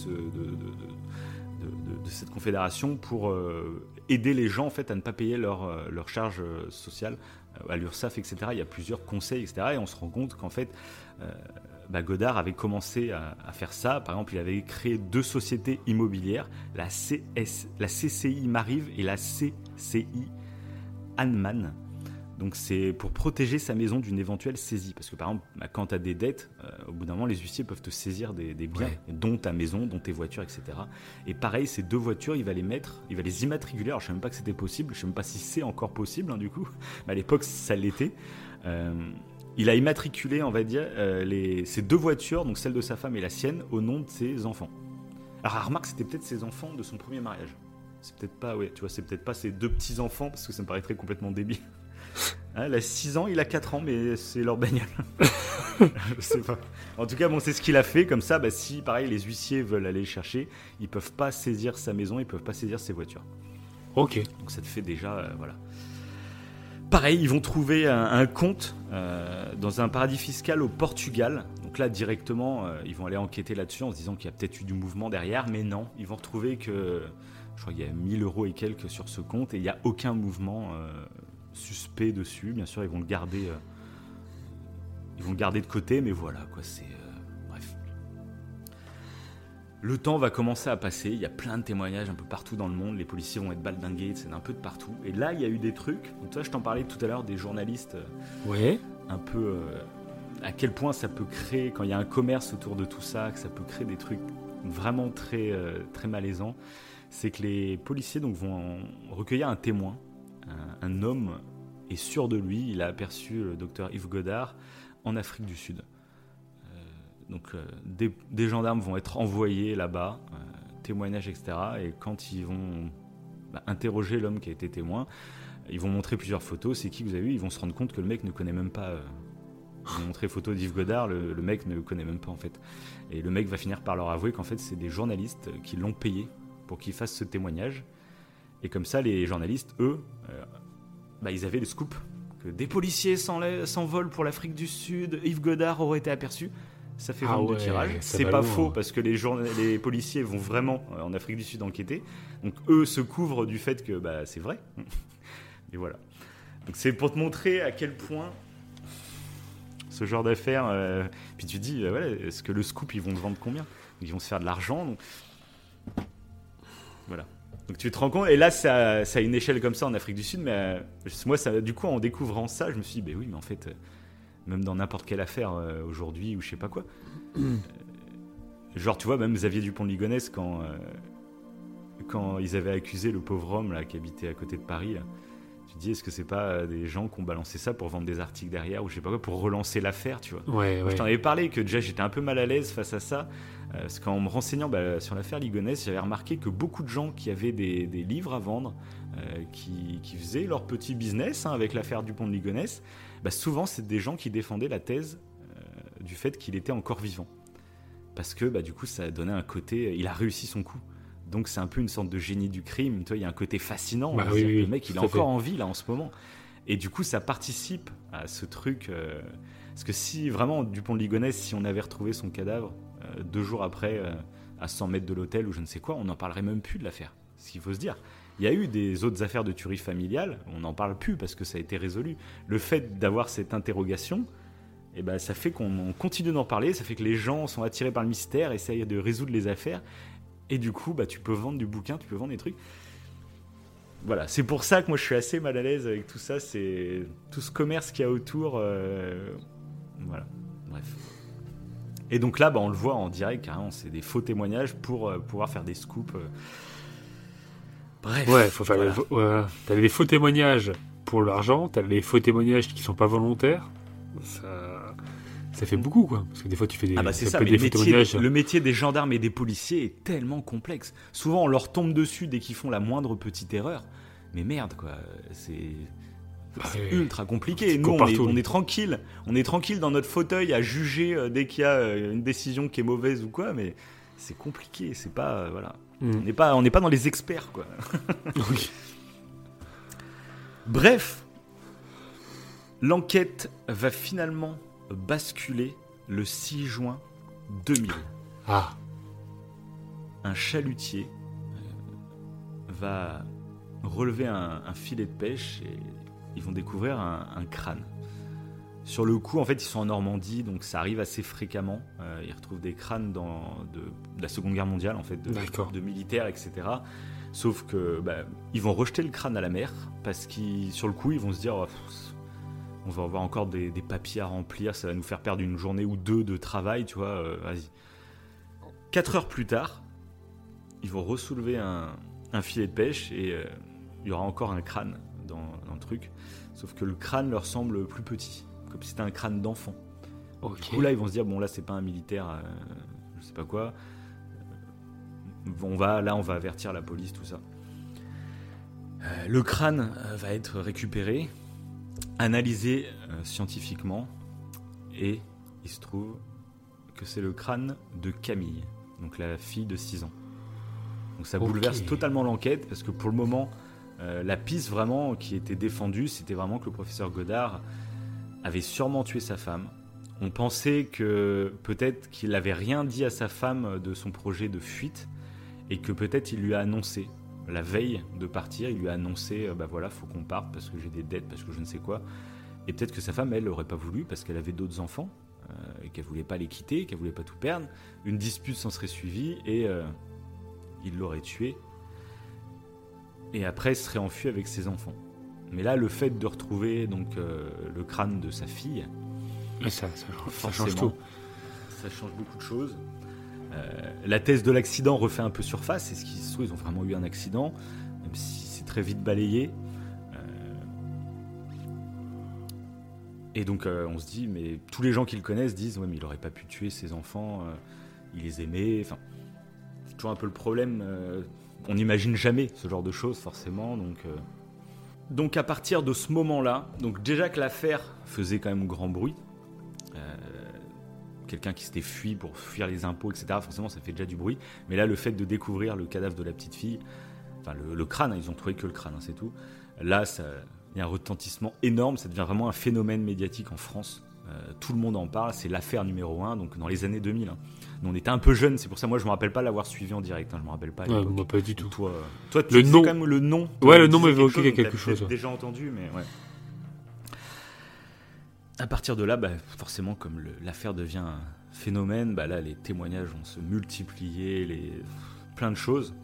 cette confédération pour aider les gens en fait à ne pas payer leur charge sociale à l'URSSAF, etc. Il y a plusieurs conseils, etc. Et on se rend compte qu'en fait Godard avait commencé à faire ça. Par exemple, il avait créé 2 sociétés immobilières, la CCI Marive et la CCI Hanneman. Donc c'est pour protéger sa maison d'une éventuelle saisie. Parce que par exemple, quand tu as des dettes, au bout d'un moment, les huissiers peuvent te saisir des biens, dont ta maison, dont tes voitures, etc. Et pareil, ces 2 voitures, il va les immatriculer. Alors je ne sais même pas que c'était possible, je ne sais même pas si c'est encore possible, du coup. Mais à l'époque, ça l'était. Il a immatriculé, on va dire, ces 2 voitures, donc celle de sa femme et la sienne, au nom de ses enfants. Alors remarque, c'était peut-être ses enfants de son premier mariage. C'est peut-être pas, tu vois, c'est peut-être pas ses 2 petits-enfants, parce que ça me paraîtrait complètement débile. Elle a 6 ans, il a 4 ans, mais c'est leur bagnole. Je sais pas. En tout cas, c'est ce qu'il a fait. Comme ça, si, pareil, les huissiers veulent aller le chercher, ils peuvent pas saisir sa maison, ils peuvent pas saisir ses voitures. Ok. Donc ça te fait déjà, voilà. Pareil, ils vont trouver un compte dans un paradis fiscal au Portugal. Donc là, directement, ils vont aller enquêter là-dessus en se disant qu'il y a peut-être eu du mouvement derrière, mais non. Ils vont retrouver que, je crois qu'il y a 1 000 € et quelques sur ce compte, et il n'y a aucun mouvement suspect dessus. Bien sûr, ils vont le garder de côté, mais voilà, quoi, c'est... bref. Le temps va commencer à passer, il y a plein de témoignages un peu partout dans le monde, les policiers vont être baldingués, c'est un peu de partout. Et là, il y a eu des trucs, donc toi, je t'en parlais tout à l'heure, des journalistes, un peu... à quel point ça peut créer, quand il y a un commerce autour de tout ça, que ça peut créer des trucs vraiment très, très malaisants. C'est que les policiers donc, vont recueillir un témoin. Un homme est sûr de lui, il a aperçu le docteur Yves Godard en Afrique du Sud. Des gendarmes vont être envoyés là-bas, témoignages, etc. Et quand ils vont interroger l'homme qui a été témoin, ils vont montrer plusieurs photos. C'est qui vous avez vu? Ils vont se rendre compte que le mec ne connaît même pas. Ils vont montrer photos d'Yves Godard, le mec ne le connaît même pas en fait. Et le mec va finir par leur avouer qu'en fait c'est des journalistes qui l'ont payé pour qu'il fasse ce témoignage. Et comme ça, les journalistes, eux, ils avaient le scoop que des policiers s'envolent pour l'Afrique du Sud, Yves Godard aurait été aperçu. Ça fait 22 tirages. C'est pas faux parce que les policiers vont vraiment en Afrique du Sud enquêter. Donc eux se couvrent du fait que c'est vrai. Et voilà. Donc c'est pour te montrer à quel point ce genre d'affaires. Puis tu te dis, est-ce que le scoop, ils vont le vendre combien? Ils vont se faire de l'argent. Donc... Voilà. Donc tu te rends compte, et là ça a une échelle comme ça en Afrique du Sud, mais moi du coup en découvrant ça, je me suis dit, oui, mais en fait, même dans n'importe quelle affaire aujourd'hui ou je sais pas quoi, genre tu vois, même Xavier Dupont de Ligonnès, quand ils avaient accusé le pauvre homme là, qui habitait à côté de Paris, là, Tu te dis, est-ce que c'est pas des gens qui ont balancé ça pour vendre des articles derrière ou je sais pas quoi, pour relancer l'affaire, tu vois. Ouais, Moi, je t'en avais parlé que déjà j'étais un peu mal à l'aise face à ça, parce qu'en me renseignant sur l'affaire Ligonnès, j'avais remarqué que beaucoup de gens qui avaient des livres à vendre, qui faisaient leur petit business avec l'affaire Dupont de Ligonnès, souvent c'est des gens qui défendaient la thèse du fait qu'il était encore vivant. Parce que du coup ça donnait un côté, il a réussi son coup. Donc c'est un peu une sorte de génie du crime, il y a un côté fascinant, le mec il est encore en vie là en ce moment. Et du coup ça participe à ce truc, parce que si vraiment Dupont de Ligonnès, si on avait retrouvé son cadavre 2 jours après, à 100 mètres de l'hôtel ou je ne sais quoi, on n'en parlerait même plus de l'affaire, ce qu'il faut se dire. Il y a eu des autres affaires de tuerie familiale, on n'en parle plus parce que ça a été résolu. Le fait d'avoir cette interrogation, ça fait qu'on continue d'en parler, ça fait que les gens sont attirés par le mystère, essayent de résoudre les affaires. Et du coup, tu peux vendre du bouquin, tu peux vendre des trucs. Voilà, c'est pour ça que moi je suis assez mal à l'aise avec tout ça, c'est tout ce commerce qu'il y a autour. Voilà, bref. Et donc là, on le voit en direct, carrément, c'est des faux témoignages pour pouvoir faire des scoops. Bref. Ouais, faut faire t'as les faux témoignages pour l'argent, t'as les faux témoignages qui sont pas volontaires. Ça fait beaucoup, quoi. Parce que des fois, tu fais des, c'est ça, des faux témoignages. Le métier des gendarmes et des policiers est tellement complexe. Souvent, on leur tombe dessus dès qu'ils font la moindre petite erreur. Mais merde, quoi. C'est ultra compliqué. Nous, on est tranquille. On est tranquille dans notre fauteuil à juger dès qu'il y a une décision qui est mauvaise ou quoi. Mais c'est compliqué. C'est pas... voilà. On n'est pas dans les experts, quoi. Oui. Bref. L'enquête va finalement basculer le 6 juin 2000. Ah. Un chalutier va relever un filet de pêche et ils vont découvrir un crâne. Sur le coup, en fait, ils sont en Normandie, donc ça arrive assez fréquemment. Ils retrouvent des crânes de la Seconde Guerre mondiale, en fait, de militaires, etc. Sauf que ils vont rejeter le crâne à la mer parce que sur le coup, ils vont se dire... on va avoir encore des papiers à remplir, ça va nous faire perdre une journée ou 2 de travail, tu vois, vas-y. 4 heures plus tard, ils vont ressoulever un filet de pêche et il y aura encore un crâne dans le truc, sauf que le crâne leur semble plus petit, comme si c'était un crâne d'enfant. Okay. Du coup là, ils vont se dire, bon là c'est pas un militaire, je sais pas quoi, on va avertir la police, tout ça. Le crâne va être récupéré, analysé scientifiquement, et il se trouve que c'est le crâne de Camille, donc la fille de 6 ans. Donc ça bouleverse totalement l'enquête, parce que pour le moment, la piste vraiment qui était défendue, c'était vraiment que le professeur Godard avait sûrement tué sa femme. On pensait que peut-être qu'il n'avait rien dit à sa femme de son projet de fuite, et que peut-être il lui a annoncé. La veille de partir, il lui a annoncé voilà, faut qu'on parte parce que j'ai des dettes, parce que je ne sais quoi. Et peut-être que sa femme, elle, n'aurait pas voulu parce qu'elle avait d'autres enfants et qu'elle voulait pas les quitter, qu'elle voulait pas tout perdre. Une dispute s'en serait suivie et il l'aurait tué. Et après, il serait enfui avec ses enfants. Mais là, le fait de retrouver donc le crâne de sa fille, ça change tout. Ça change beaucoup de choses. La thèse de l'accident refait un peu surface, c'est ce qui se trouve, ils ont vraiment eu un accident, même si c'est très vite balayé. Et donc on se dit, mais tous les gens qui le connaissent disent, ouais mais il aurait pas pu tuer ses enfants, il les aimait, enfin, c'est toujours un peu le problème, on n'imagine jamais ce genre de choses forcément, donc à partir de ce moment-là, donc déjà que l'affaire faisait quand même grand bruit, quelqu'un qui s'était fui pour fuir les impôts, etc. Forcément, ça fait déjà du bruit. Mais là, le fait de découvrir le cadavre de la petite fille, enfin le crâne, ils ont trouvé que le crâne, c'est tout. Là, il y a un retentissement énorme. Ça devient vraiment un phénomène médiatique en France. Tout le monde en parle. C'est l'affaire numéro 1, donc dans les années 2000. Nous, on était un peu jeunes. C'est pour ça, moi, je me rappelle pas l'avoir suivi en direct. Je me rappelle pas. Moi, pas du tout. Toi, tu sais quand même le nom. Ouais, le nom m'évoquait quelque chose. J'ai déjà entendu, mais ouais. À partir de là, forcément, comme l'affaire devient un phénomène, là, les témoignages vont se multiplier, plein de choses.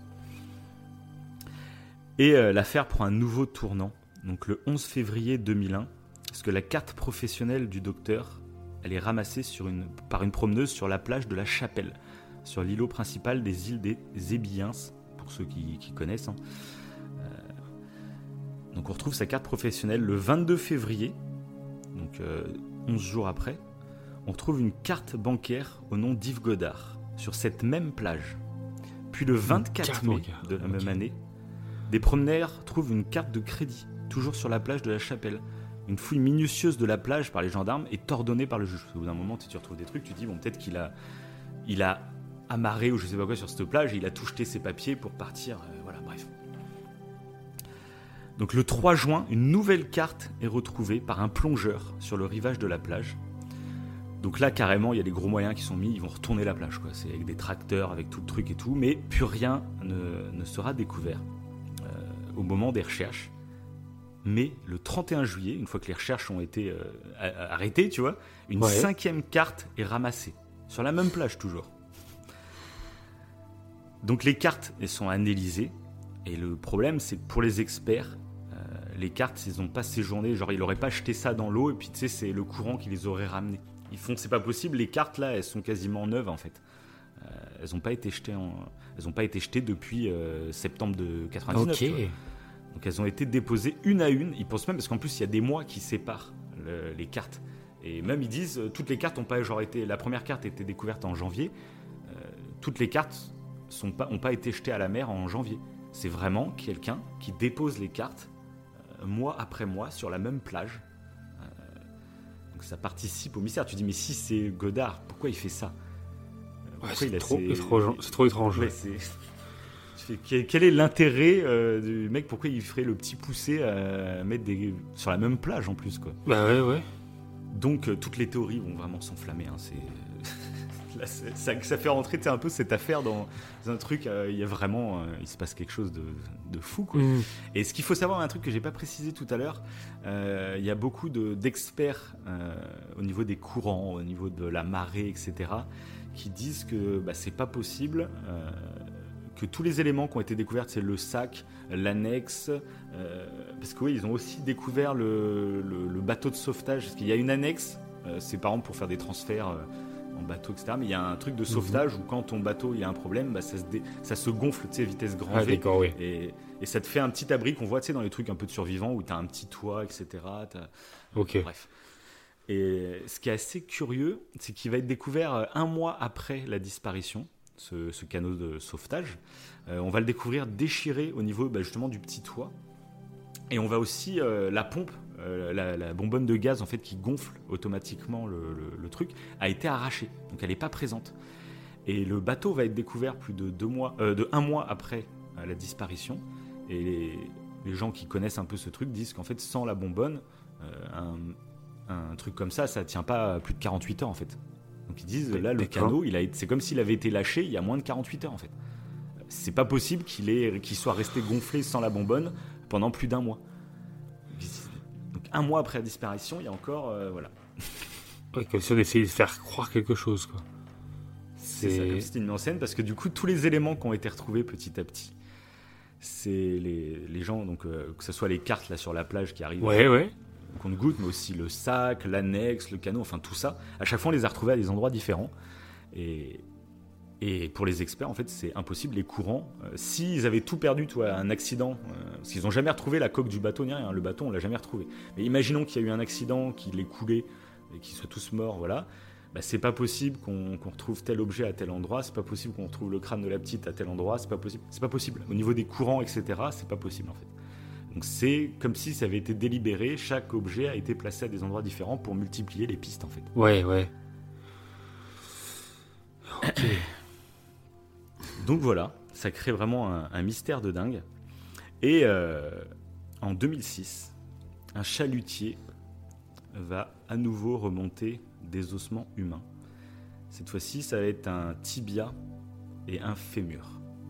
Et l'affaire prend un nouveau tournant, donc le 11 février 2001, parce que la carte professionnelle du docteur, elle est ramassée par une promeneuse sur la plage de la Chapelle, sur l'îlot principal des îles des Ébillins, pour ceux qui connaissent. Donc on retrouve sa carte professionnelle le 22 février, donc 11 jours après. On retrouve une carte bancaire au nom d'Yves Godard sur cette même plage. Puis le 24 mai de la même année, des promeneurs trouvent une carte de crédit, toujours sur la plage de la Chapelle. Une fouille minutieuse de la plage par les gendarmes est ordonnée par le juge. Au bout d'un moment, tu retrouves des trucs, tu te dis, bon, peut-être qu'il a amarré ou je sais pas quoi sur cette plage et il a tout jeté ses papiers pour partir. Voilà, bref. Donc le 3 juin, une nouvelle carte est retrouvée par un plongeur sur le rivage de la plage. Donc là, carrément, il y a des gros moyens qui sont mis, ils vont retourner la plage, quoi. C'est avec des tracteurs, avec tout le truc et tout, mais plus rien ne sera découvert au moment des recherches. Mais le 31 juillet, une fois que les recherches ont été arrêtées, tu vois, une 5e carte est ramassée, sur la même plage toujours. Donc les cartes, elles sont analysées, et le problème, c'est que pour les experts, les cartes, ils n'ont pas séjourné, genre ils n'auraient pas jeté ça dans l'eau, et puis tu sais, c'est le courant qui les aurait ramenées. Ils font, c'est pas possible, les cartes là, elles sont quasiment neuves en fait. Elles n'ont pas été jetées depuis septembre de 99. Ok. Donc elles ont été déposées une à une. Ils pensent même, parce qu'en plus il y a des mois qui séparent les cartes. Et même ils disent, toutes les cartes n'ont pas genre été. La première carte a été découverte en janvier. Toutes les cartes n'ont pas été jetées à la mer en janvier. C'est vraiment quelqu'un qui dépose les cartes mois après mois sur la même plage. Donc ça participe au mystère. Tu dis, mais si c'est Godard, pourquoi il fait ça? C'est trop étrange. Ouais, quel est l'intérêt du mec? Pourquoi il ferait le petit poussé à mettre sur la même plage en plus, quoi? Bah ouais. Donc toutes les théories vont vraiment s'enflammer. Hein. Là, ça fait rentrer un peu cette affaire dans un truc. Il y a vraiment, il se passe quelque chose de fou, quoi. Et ce qu'il faut savoir, un truc que j'ai pas précisé tout à l'heure, il y a beaucoup d'experts au niveau des courants, au niveau de la marée, etc., qui disent que c'est pas possible. Que tous les éléments qui ont été découverts, c'est le sac, l'annexe, parce que oui, ils ont aussi découvert le bateau de sauvetage, parce qu'il y a une annexe, c'est par exemple pour faire des transferts en bateau, etc. Mais il y a un truc de sauvetage où quand ton bateau il a un problème, ça se gonfle, tu sais, vitesse grand V, oui. et ça te fait un petit abri qu'on voit, tu sais, dans les trucs un peu de survivants où tu as un petit toit, etc. Ok. Bref. Et ce qui est assez curieux, c'est qu'il va être découvert un mois après la disparition. Ce canot de sauvetage, on va le découvrir déchiré au niveau justement du petit toit, et on va aussi la pompe, la bonbonne de gaz en fait qui gonfle automatiquement le truc, a été arrachée, donc elle n'est pas présente. Et le bateau va être découvert plus de un mois après la disparition, et les gens qui connaissent un peu ce truc disent qu'en fait sans la bonbonne, un truc comme ça tient pas plus de 48 heures en fait. Donc ils disent, là, le canot, c'est comme s'il avait été lâché il y a moins de 48 heures, en fait. C'est pas possible qu'il soit resté gonflé sans la bonbonne pendant plus d'un mois. Donc un mois après la disparition, il y a encore... voilà. Ouais, comme si on essayait de faire croire quelque chose, quoi. C'est ça, comme si c'était une mise en scène, parce que du coup, tous les éléments qui ont été retrouvés petit à petit, c'est les gens, donc que ce soit les cartes là sur la plage qui arrivent... Ouais. Qu'on goûte, mais aussi le sac, l'annexe, le canot, enfin tout ça. À chaque fois, on les a retrouvés à des endroits différents. Et pour les experts, en fait, c'est impossible. Les courants, s'ils avaient tout perdu, un accident, parce qu'ils n'ont jamais retrouvé la coque du bateau ni rien. Le bateau, on l'a jamais retrouvé. Mais imaginons qu'il y a eu un accident, qu'il ait coulé et qu'ils soient tous morts, voilà. C'est pas possible qu'on retrouve tel objet à tel endroit. C'est pas possible qu'on retrouve le crâne de la petite à tel endroit. C'est pas possible. C'est pas possible. Au niveau des courants, etc., c'est pas possible en fait. Donc c'est comme si ça avait été délibéré, chaque objet a été placé à des endroits différents pour multiplier les pistes en fait. Ouais. Ok. Donc voilà, ça crée vraiment un mystère de dingue. Et en 2006, un chalutier va à nouveau remonter des ossements humains. Cette fois-ci, ça va être un tibia et un fémur.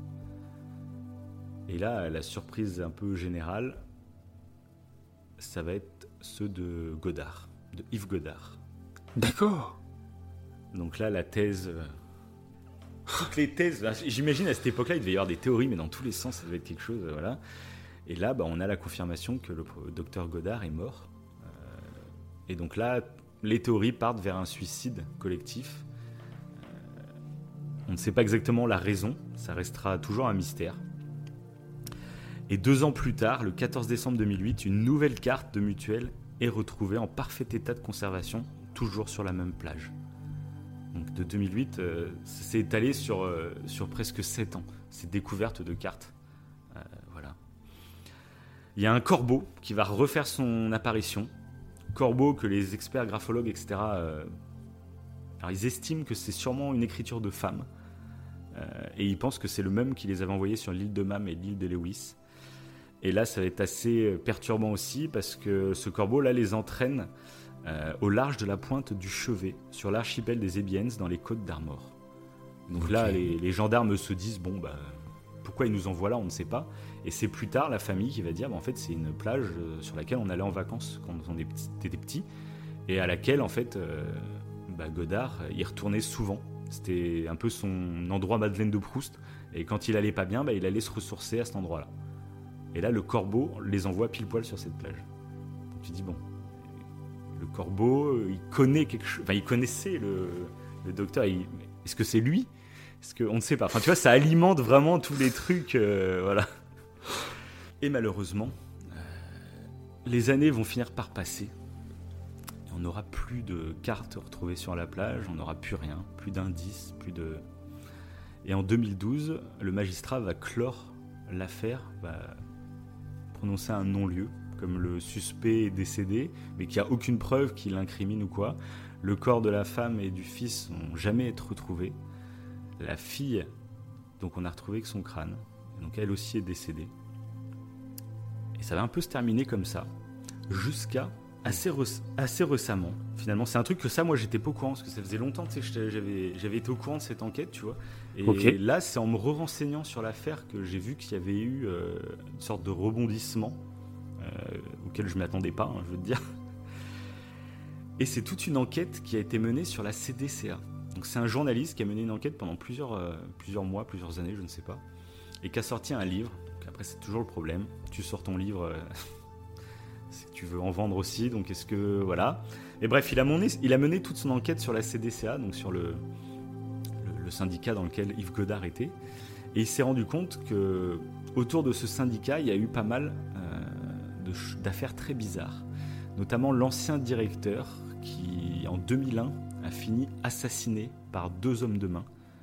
Et là, la surprise un peu générale, ça va être ceux de Godard, de Yves Godard. D'accord. Donc là, la thèse... toutes les thèses... J'imagine à cette époque-là, il devait y avoir des théories, mais dans tous les sens, ça devait être quelque chose, voilà. Et là, on a la confirmation que le docteur Godard est mort. Et donc là, les théories partent vers un suicide collectif. On ne sait pas exactement la raison, ça restera toujours un mystère. Et 2 ans plus tard, le 14 décembre 2008, une nouvelle carte de mutuelle est retrouvée en parfait état de conservation, toujours sur la même plage. Donc de 2008, ça s'est étalé sur presque 7 ans, cette découverte de cartes. Voilà. Il y a un corbeau qui va refaire son apparition. Corbeau que les experts graphologues, etc., alors ils estiment que c'est sûrement une écriture de femme. Et ils pensent que c'est le même qui les avait envoyés sur l'île de Man et l'île de Lewis. Et là, ça va être assez perturbant aussi parce que ce corbeau là les entraîne au large de la pointe du Chevet, sur l'archipel des Ebiens, dans les côtes d'Armor. Donc okay. Là, les gendarmes se disent pourquoi ils nous envoient là, on ne sait pas. Et c'est plus tard la famille qui va dire en fait, c'est une plage sur laquelle on allait en vacances quand on était petits, et à laquelle en fait Godard y retournait souvent. C'était un peu son endroit Madeleine de Proust. Et quand il allait pas bien, il allait se ressourcer à cet endroit-là. Et là, le corbeau les envoie pile poil sur cette plage. Donc tu dis le corbeau, il connaît quelque chose. Enfin, il connaissait le docteur. Est-ce que c'est lui ? Est-ce qu'on ne sait pas. Enfin, tu vois, ça alimente vraiment tous les trucs. Voilà. Et malheureusement, les années vont finir par passer. Et on n'aura plus de cartes retrouvées sur la plage. On n'aura plus rien, plus d'indices, plus de. Et en 2012, le magistrat va clore l'affaire, va prononcer un non-lieu, comme le suspect est décédé, mais qu'il n'y a aucune preuve qui l'incrimine ou quoi. Le corps de la femme et du fils n'ont jamais été retrouvés. La fille, donc on a retrouvé que son crâne, donc elle aussi est décédée. Et ça va un peu se terminer comme ça, jusqu'à assez récemment. Finalement, c'est un truc que ça, moi, j'étais pas au courant, parce que ça faisait longtemps que j'avais été au courant de cette enquête, tu vois. Et okay. Là, c'est en me renseignant sur l'affaire que j'ai vu qu'il y avait eu une sorte de rebondissement auquel je ne m'attendais pas, je veux te dire. Et c'est toute une enquête qui a été menée sur la CDCA. Donc c'est un journaliste qui a mené une enquête pendant plusieurs mois, plusieurs années, je ne sais pas, et qui a sorti un livre. Donc après, c'est toujours le problème. Tu sors ton livre, c'est que tu veux en vendre aussi, donc est-ce que... Voilà. Et bref, il a mené toute son enquête sur la CDCA, donc sur le syndicat dans lequel Yves Godard était, et il s'est rendu compte que autour de ce syndicat, il y a eu pas mal d'affaires très bizarres, notamment l'ancien directeur qui, en 2001, a fini assassiné par 2 hommes de main.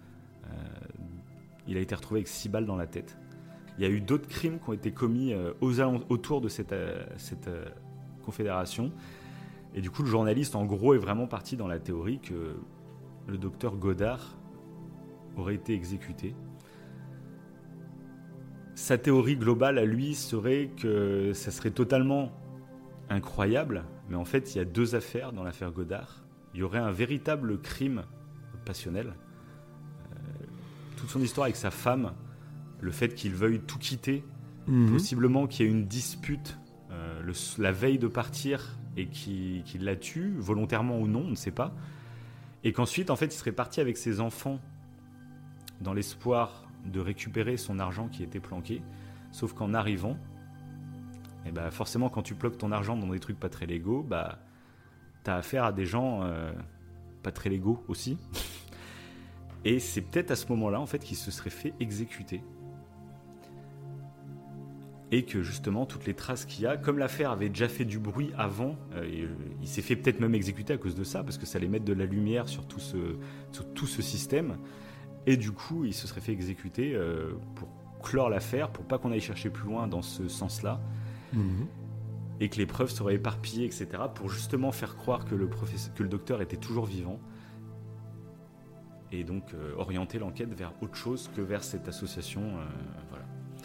Il a été retrouvé avec 6 balles dans la tête. Il y a eu d'autres crimes qui ont été commis autour de cette confédération. Et du coup, le journaliste, en gros, est vraiment parti dans la théorie que le docteur Godard aurait été exécuté. Sa théorie globale, à lui, serait que ça serait totalement incroyable, mais en fait, il y a 2 affaires dans l'affaire Godard. Il y aurait un véritable crime passionnel. Toute son histoire avec sa femme, le fait qu'il veuille tout quitter, possiblement qu'il y ait une dispute la veille de partir et qu'il la tue, volontairement ou non, on ne sait pas. Et qu'ensuite, en fait, il serait parti avec ses enfants dans l'espoir de récupérer son argent qui était planqué. Sauf qu'en arrivant, forcément, quand tu bloques ton argent dans des trucs pas très légaux, t'as affaire à des gens pas très légaux aussi. Et c'est peut-être à ce moment-là, en fait, qu'il se serait fait exécuter. Et que justement, toutes les traces qu'il y a, comme l'affaire avait déjà fait du bruit avant, il s'est fait peut-être même exécuter à cause de ça, parce que ça allait mettre de la lumière sur tout ce système. Et du coup, il se serait fait exécuter pour clore l'affaire, pour pas qu'on aille chercher plus loin dans ce sens-là. Et que les preuves seraient éparpillées, etc., pour justement faire croire que le docteur était toujours vivant, et donc orienter l'enquête vers autre chose que vers cette association. Voilà.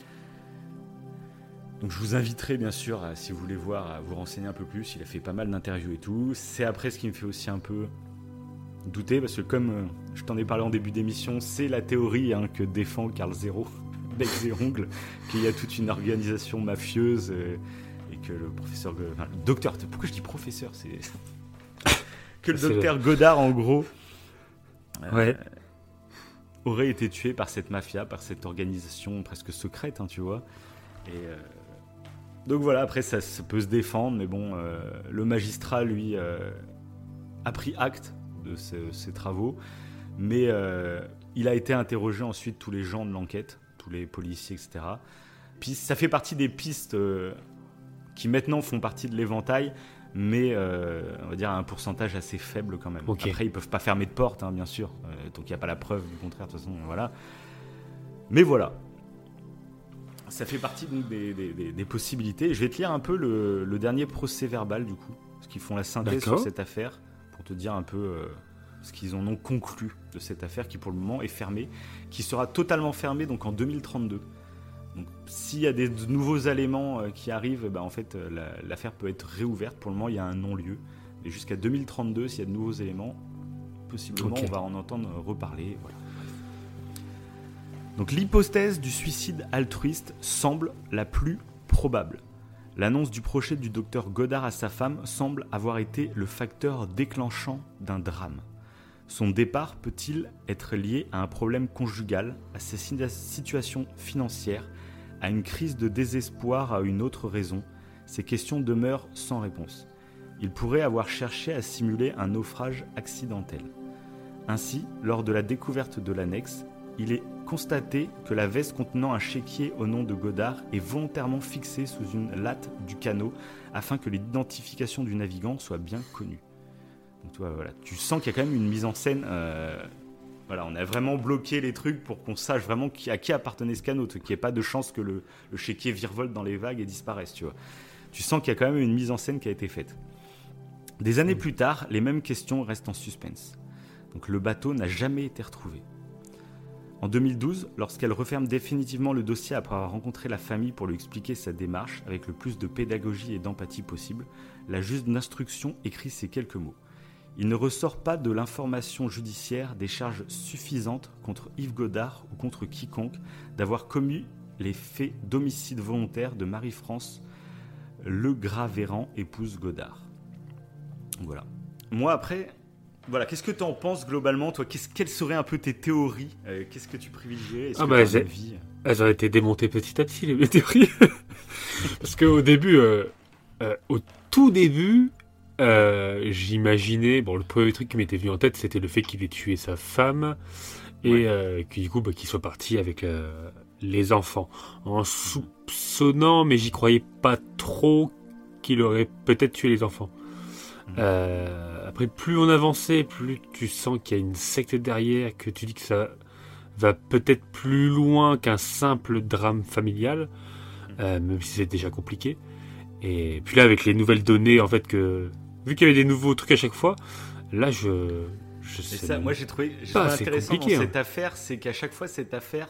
Donc je vous inviterai bien sûr, si vous voulez voir, à vous renseigner un peu plus. Il a fait pas mal d'interviews et tout. C'est après ce qui me fait aussi un peu douter, parce que comme je t'en ai parlé en début d'émission, c'est la théorie que défend Karl Zéro, bec et ongles, qu'il y a toute une organisation mafieuse et que le professeur... Enfin, le docteur... Pourquoi je dis professeur, c'est... Que le docteur Godard, en gros, aurait été tué par cette mafia, par cette organisation presque secrète, tu vois. Et... Donc voilà, après ça peut se défendre, mais bon, le magistrat, lui, a pris acte de ces travaux, mais il a été interrogé ensuite tous les gens de l'enquête, tous les policiers, etc. pistes. Ça fait partie des pistes qui maintenant font partie de l'éventail, mais on va dire à un pourcentage assez faible quand même. Okay. Après, ils peuvent pas fermer de porte, bien sûr, donc il n'y a pas la preuve du contraire, de toute façon, voilà. Mais voilà. Ça fait partie donc, des possibilités. Je vais te lire un peu le dernier procès verbal, du coup, parce qu'ils font la synthèse sur cette affaire, pour te dire un peu ce qu'ils en ont conclu de cette affaire, qui pour le moment est fermée, qui sera totalement fermée donc en 2032. Donc, s'il y a des nouveaux éléments qui arrivent, en fait, l'affaire peut être réouverte. Pour le moment, il y a un non-lieu. Et jusqu'à 2032, s'il y a de nouveaux éléments, possiblement, on va en entendre reparler. Voilà. Donc, l'hypothèse du suicide altruiste semble la plus probable. L'annonce du procès du docteur Godard à sa femme semble avoir été le facteur déclenchant d'un drame. Son départ peut-il être lié à un problème conjugal, à sa situation financière, à une crise de désespoir, à une autre raison? Ces questions demeurent sans réponse. Il pourrait avoir cherché à simuler un naufrage accidentel. Ainsi, lors de la découverte de l'annexe, il est constaté que la veste contenant un chéquier au nom de Godard est volontairement fixée sous une latte du canot afin que l'identification du navigant soit bien connue. Donc, voilà. Tu sens qu'il y a quand même une mise en scène. Voilà, on a vraiment bloqué les trucs pour qu'on sache vraiment à qui appartenait ce canot, qu'il n'y ait pas de chance que le chéquier virevolte dans les vagues et disparaisse. Tu sens qu'il y a quand même une mise en scène qui a été faite. Des années plus tard, les mêmes questions restent en suspense. Donc, le bateau n'a jamais été retrouvé. En 2012, lorsqu'elle referme définitivement le dossier après avoir rencontré la famille pour lui expliquer sa démarche avec le plus de pédagogie et d'empathie possible, la juge d'instruction écrit ces quelques mots. Il ne ressort pas de l'information judiciaire des charges suffisantes contre Yves Godard ou contre quiconque d'avoir commis les faits d'homicide volontaire de Marie-France Le Gravéran, épouse Godard. Voilà. Moi après, voilà, qu'est-ce que tu en penses globalement, toi? Quelles seraient un peu tes théories? Qu'est-ce que tu privilégierais? Elles ont été démontées petit à petit, les théories. Parce qu'au début, au tout début, j'imaginais, le premier truc qui m'était venu en tête, c'était le fait qu'il ait tué sa femme et du coup, qu'il soit parti avec les enfants. En soupçonnant, mais j'y croyais pas trop, qu'il aurait peut-être tué les enfants. Après, plus on avançait, plus tu sens qu'il y a une secte derrière, que tu dis que ça va peut-être plus loin qu'un simple drame familial, même si c'est déjà compliqué. Et puis là, avec les nouvelles données, en fait, vu qu'il y avait des nouveaux trucs à chaque fois, là, je sais ça, moi, j'ai trouvé intéressant dans cette affaire, c'est qu'à chaque fois, cette affaire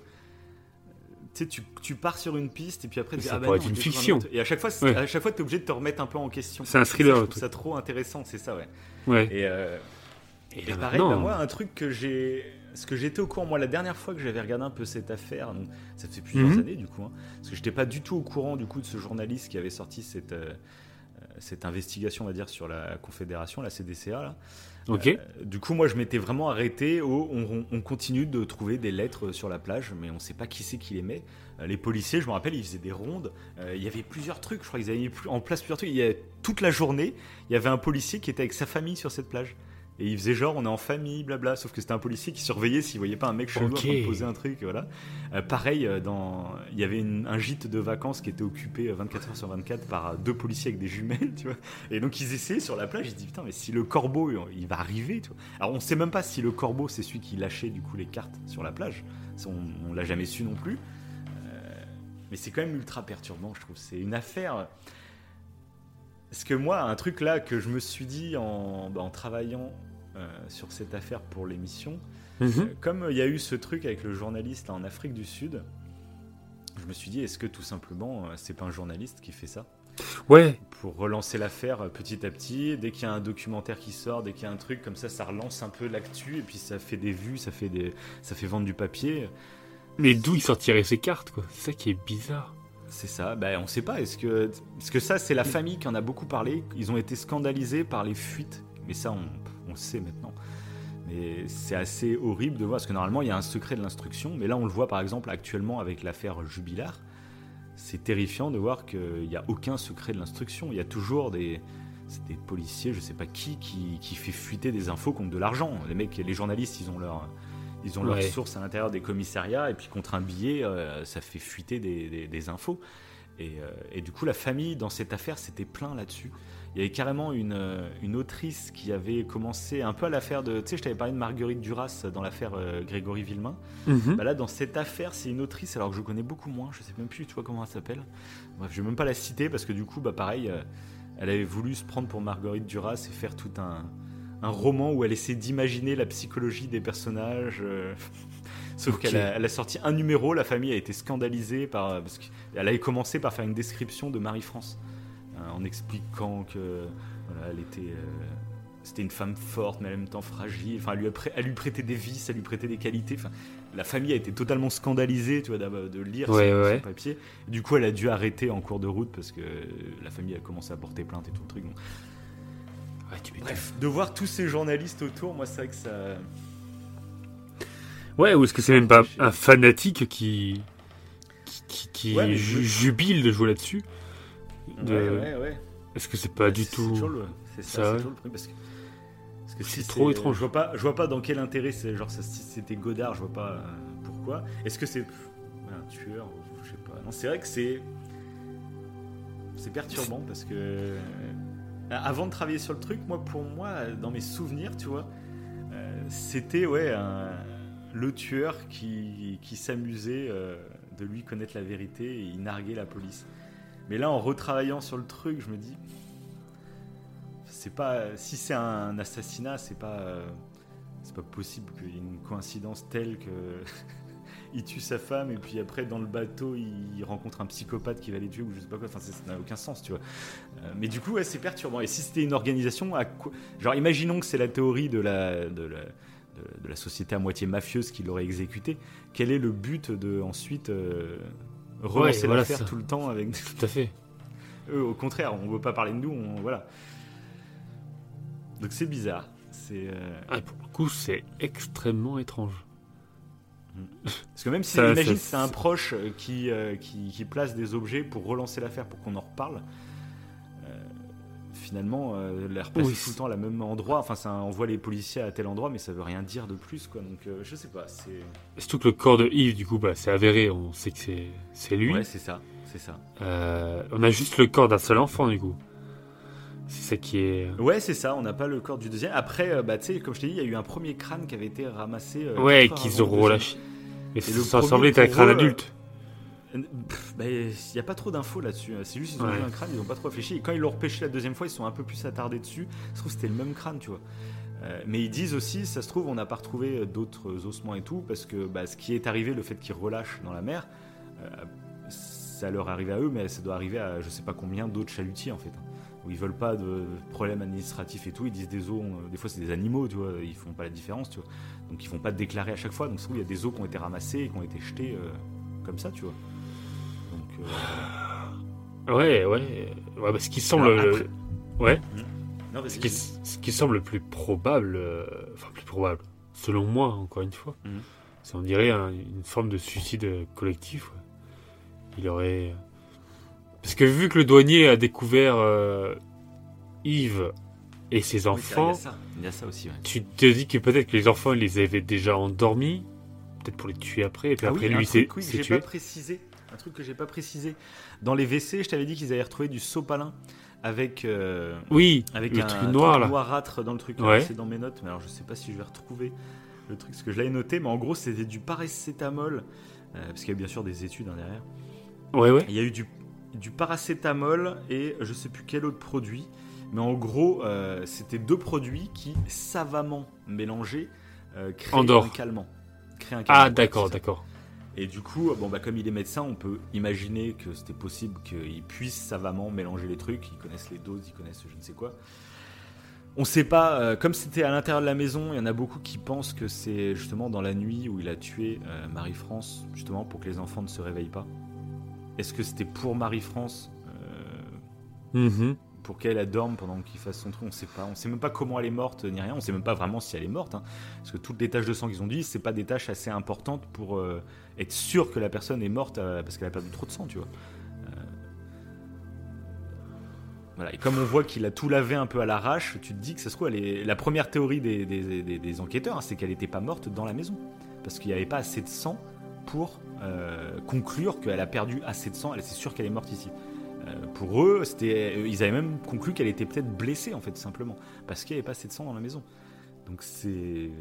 tu pars sur une piste et puis après ça pourrait être une fiction. Et à chaque fois, t'es obligé de te remettre un peu en question. C'est un thriller. Je trouve ça trop intéressant, c'est ça, ouais. Et pareil, moi, un truc parce que j'étais au courant, moi, la dernière fois que j'avais regardé un peu cette affaire, donc ça fait plusieurs années du coup, parce que j'étais pas du tout au courant du coup de ce journaliste qui avait sorti cette investigation, on va dire, sur la Confédération, la CDCA là. Okay. Du coup, moi, je m'étais vraiment arrêté on continue de trouver des lettres sur la plage, mais on ne sait pas qui c'est qui les met. Les policiers, je me rappelle, ils faisaient des rondes. Il y avait plusieurs trucs, je crois qu'ils avaient mis en place plusieurs trucs. Toute la journée, il y avait un policier qui était avec sa famille sur cette plage. Et il faisait genre, on est en famille, blabla. Sauf que c'était un policier qui surveillait s'il voyait pas un mec chelou en train de poser un truc. Voilà. Pareil, il y avait un gîte de vacances qui était occupé 24 heures sur 24 par 2 policiers avec des jumelles, tu vois. Et donc ils essayaient sur la plage. Ils se disaient, putain, mais si le corbeau, il va arriver, tu vois. Alors on sait même pas si le corbeau, c'est celui qui lâchait du coup les cartes sur la plage. Ça, on l'a jamais su non plus. Mais c'est quand même ultra perturbant, je trouve. C'est une affaire. Parce que moi, un truc là que je me suis dit en travaillant sur cette affaire pour l'émission, comme il y a eu ce truc avec le journaliste là, en Afrique du Sud, je me suis dit, est-ce que tout simplement, c'est pas un journaliste qui fait ça? Ouais. Pour relancer l'affaire petit à petit, dès qu'il y a un documentaire qui sort, dès qu'il y a un truc comme ça relance un peu l'actu, et puis ça fait des vues, ça fait vendre du papier. Mais d'où il sortirait ses cartes, quoi? C'est ça qui est bizarre. C'est ça, on sait pas. Est-ce que ça, c'est la famille qui en a beaucoup parlé? Ils ont été scandalisés par les fuites, mais ça, on le sait maintenant. Mais c'est assez horrible de voir, parce que normalement, il y a un secret de l'instruction, mais là, on le voit par exemple actuellement avec l'affaire Jubilard. C'est terrifiant de voir qu'il n'y a aucun secret de l'instruction. Il y a toujours des policiers, je sais pas qui fait fuiter des infos contre de l'argent. Les mecs, les journalistes, ils ont Ils ont leur source à l'intérieur des commissariats, et puis contre un billet, ça fait fuiter des infos. Et du coup, la famille, dans cette affaire, s'était plaint là-dessus. Il y avait carrément une autrice qui avait commencé un peu à l'affaire de... Tu sais, je t'avais parlé de Marguerite Duras dans l'affaire Grégory Villemain. Bah là, dans cette affaire, c'est une autrice, alors que je connais beaucoup moins, je sais même plus, tu vois, comment elle s'appelle. Bref, je vais même pas la citer, parce que du coup, bah pareil, elle avait voulu se prendre pour Marguerite Duras et faire tout un roman où elle essaie d'imaginer la psychologie des personnages. Sauf qu'elle a sorti un numéro, la famille a été scandalisée parce qu'elle avait commencé par faire une description de Marie-France, en expliquant que voilà, elle était, c'était une femme forte mais en même temps fragile. Enfin, elle lui prêtait des vices, elle lui prêtait des qualités. Enfin, la famille a été totalement scandalisée, tu vois, de lire son papier. Du coup, elle a dû arrêter en cours de route parce que la famille a commencé à porter plainte et tout le truc. Donc, bref, de voir tous ces journalistes autour, moi, c'est vrai que ça. Ouais, ou est-ce que c'est même pas un fanatique qui jubile de jouer là-dessus? Ouais. Est-ce que c'est pas du tout c'est ça, c'est toujours le truc, parce que c'est trop étrange. Je vois pas dans quel intérêt c'est, genre si c'était Godard, je vois pas pourquoi. Est-ce que c'est un tueur, je sais pas. Non, c'est vrai que c'est perturbant parce que avant de travailler sur le truc, pour moi, dans mes souvenirs, tu vois, c'était le tueur qui s'amusait de lui connaître la vérité et il narguait la police. Mais là, en retravaillant sur le truc, je me dis, c'est pas, si c'est un assassinat, c'est pas possible qu'il y ait une coïncidence telle que il tue sa femme et puis après dans le bateau il rencontre un psychopathe qui va les tuer ou je sais pas quoi. Enfin, ça n'a aucun sens, tu vois. Mais du coup, c'est perturbant. Et si c'était une organisation, genre imaginons que c'est la théorie de la société à moitié mafieuse qui l'aurait exécuté. Quel est le but de ensuite relancer l'affaire ça. Tout le temps avec... Tout à fait. Eux, au contraire, on veut pas parler de nous, voilà. Donc c'est bizarre. Pour le coup, c'est extrêmement étrange. Parce que même si imagine c'est un proche qui place des objets pour relancer l'affaire, pour qu'on en reparle. Finalement, les replacer tout le temps à la même endroit. Enfin, on voit les policiers à tel endroit, mais ça veut rien dire de plus, quoi. Donc, je sais pas. Surtout que le corps de Yves, du coup, c'est avéré. On sait que c'est lui. Ouais, c'est ça. On a juste le corps d'un seul enfant, du coup. C'est ça qui est. Ouais, c'est ça. On n'a pas le corps du deuxième. Après, tu sais, comme je t'ai dit, il y a eu un premier crâne qui avait été ramassé. Qu'ils ont relâché. Mais ça semblait être un crâne adulte. Il n'y a pas trop d'infos là-dessus. C'est juste qu'ils ont vu un crâne, ils n'ont pas trop réfléchi. Et quand ils l'ont repêché la deuxième fois, ils sont un peu plus attardés dessus. Ça se trouve, c'était le même crâne, tu vois. Mais ils disent aussi, ça se trouve, on n'a pas retrouvé d'autres ossements et tout, parce que ce qui est arrivé, le fait qu'ils relâchent dans la mer, ça leur arrive à eux, mais ça doit arriver à je sais pas combien d'autres chalutiers, en fait. Où ils veulent pas de problèmes administratifs et tout. Ils disent des os, des fois c'est des animaux, tu vois, ils font pas la différence, tu vois. Donc ils font pas déclarer à chaque fois. Donc ça se trouve, il y a des os qui ont été ramassés et qui ont été jetés comme ça, tu vois. Donc, ouais, ce qui semble ce qui semble le plus probable, selon moi, encore une fois, c'est on dirait une forme de suicide collectif. Il aurait, parce que vu que le douanier a découvert Yves et ses enfants, il y a ça aussi. Ouais. Tu te dis que peut-être que les enfants, ils les avaient déjà endormis, peut-être pour les tuer après, et puis après lui s'est tué. Un truc que j'ai pas précisé. Dans les WC, je t'avais dit qu'ils avaient retrouvé du sopalin avec avec le un truc noir là, noirâtre dans le truc. C'est dans mes notes, mais alors je sais pas si je vais retrouver le truc, parce que je l'avais noté, mais en gros c'était du paracétamol, parce qu'il y a bien sûr des études derrière. Ouais. Il y a eu du paracétamol et je sais plus quel autre produit, mais en gros c'était deux produits qui savamment mélangés créent un calmant. D'accord. Et du coup, comme il est médecin, on peut imaginer que c'était possible qu'il puisse savamment mélanger les trucs. Ils connaissent les doses, ils connaissent je ne sais quoi. On ne sait pas, comme c'était à l'intérieur de la maison, il y en a beaucoup qui pensent que c'est justement dans la nuit où il a tué Marie-France, justement pour que les enfants ne se réveillent pas. Est-ce que c'était pour Marie-France pour qu'elle dorme pendant qu'il fasse son truc? On sait pas. On sait même pas comment elle est morte ni rien. On sait même pas vraiment si elle est morte, hein. Parce que toutes les taches de sang qu'ils ont dit, c'est pas des taches assez importantes pour être sûr que la personne est morte parce qu'elle a perdu trop de sang, tu vois. Voilà. Et comme on voit qu'il a tout lavé un peu à l'arrache, tu te dis que ça se trouve, la première théorie des enquêteurs, hein, c'est qu'elle était pas morte dans la maison. parce qu'il n'y avait pas assez de sang pour conclure qu'elle a perdu assez de sang. C'est sûr qu'elle est morte ici. Pour eux, ils avaient même conclu qu'elle était peut-être blessée, en fait, simplement, parce qu'il n'y avait pas assez de sang dans la maison. Donc c'est...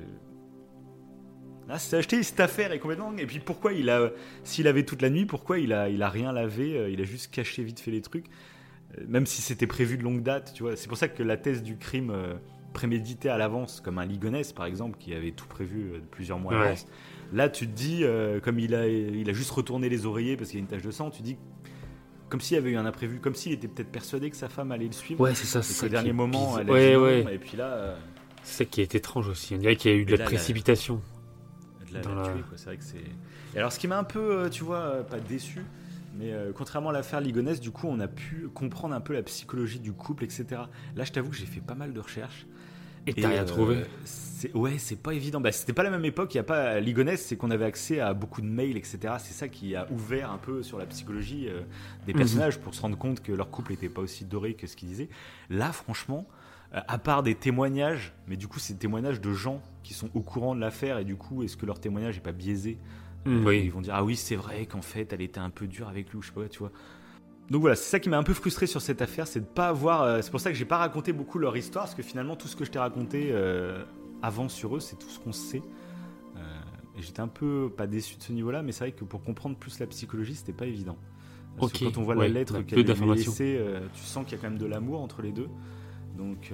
Là, c'est acheté cette affaire est complètement... Et puis pourquoi s'il avait toute la nuit, pourquoi il a rien lavé, il a juste caché vite fait les trucs, même si c'était prévu de longue date, tu vois. C'est pour ça que la thèse du crime prémédité à l'avance, comme un Ligonès par exemple, qui avait tout prévu plusieurs mois à l'avance. Là, tu te dis, comme il a juste retourné les oreillers parce qu'il y a une tache de sang, tu dis, comme s'il y avait eu un imprévu, comme s'il était peut-être persuadé que sa femme allait le suivre. Ouais, c'est ça. Et qu'au dernier moment, elle a dit non, et puis là... C'est ça qui est étrange aussi. On dirait qu'il y a eu de la précipitation. Elle l'a tué, quoi. C'est vrai que c'est... Et alors, ce qui m'a un peu, tu vois, pas déçu, mais contrairement à l'affaire Ligonès, du coup, on a pu comprendre un peu la psychologie du couple, etc. Là, je t'avoue que j'ai fait pas mal de recherches. Et t'as rien trouvé? C'est pas évident. C'était pas la même époque. Il y a pas Ligonès, c'est qu'on avait accès à beaucoup de mails, etc. C'est ça qui a ouvert un peu sur la psychologie des personnages pour se rendre compte que leur couple n'était pas aussi doré que ce qu'ils disaient. Là, franchement, à part des témoignages, mais du coup, c'est des témoignages de gens qui sont au courant de l'affaire et du coup, est-ce que leur témoignage n'est pas biaisé? Oui. Ils vont dire ah oui, c'est vrai qu'en fait, elle était un peu dure avec lui, ou je sais pas, tu vois. Donc voilà, c'est ça qui m'a un peu frustré sur cette affaire, c'est de pas avoir. C'est pour ça que j'ai pas raconté beaucoup leur histoire, parce que finalement tout ce que je t'ai raconté avant sur eux, c'est tout ce qu'on sait. Et j'étais un peu pas déçu de ce niveau-là, mais c'est vrai que pour comprendre plus la psychologie, c'était pas évident. Parce que quand on voit la lettre qu'elle lui a laissée, tu sens qu'il y a quand même de l'amour entre les deux. Donc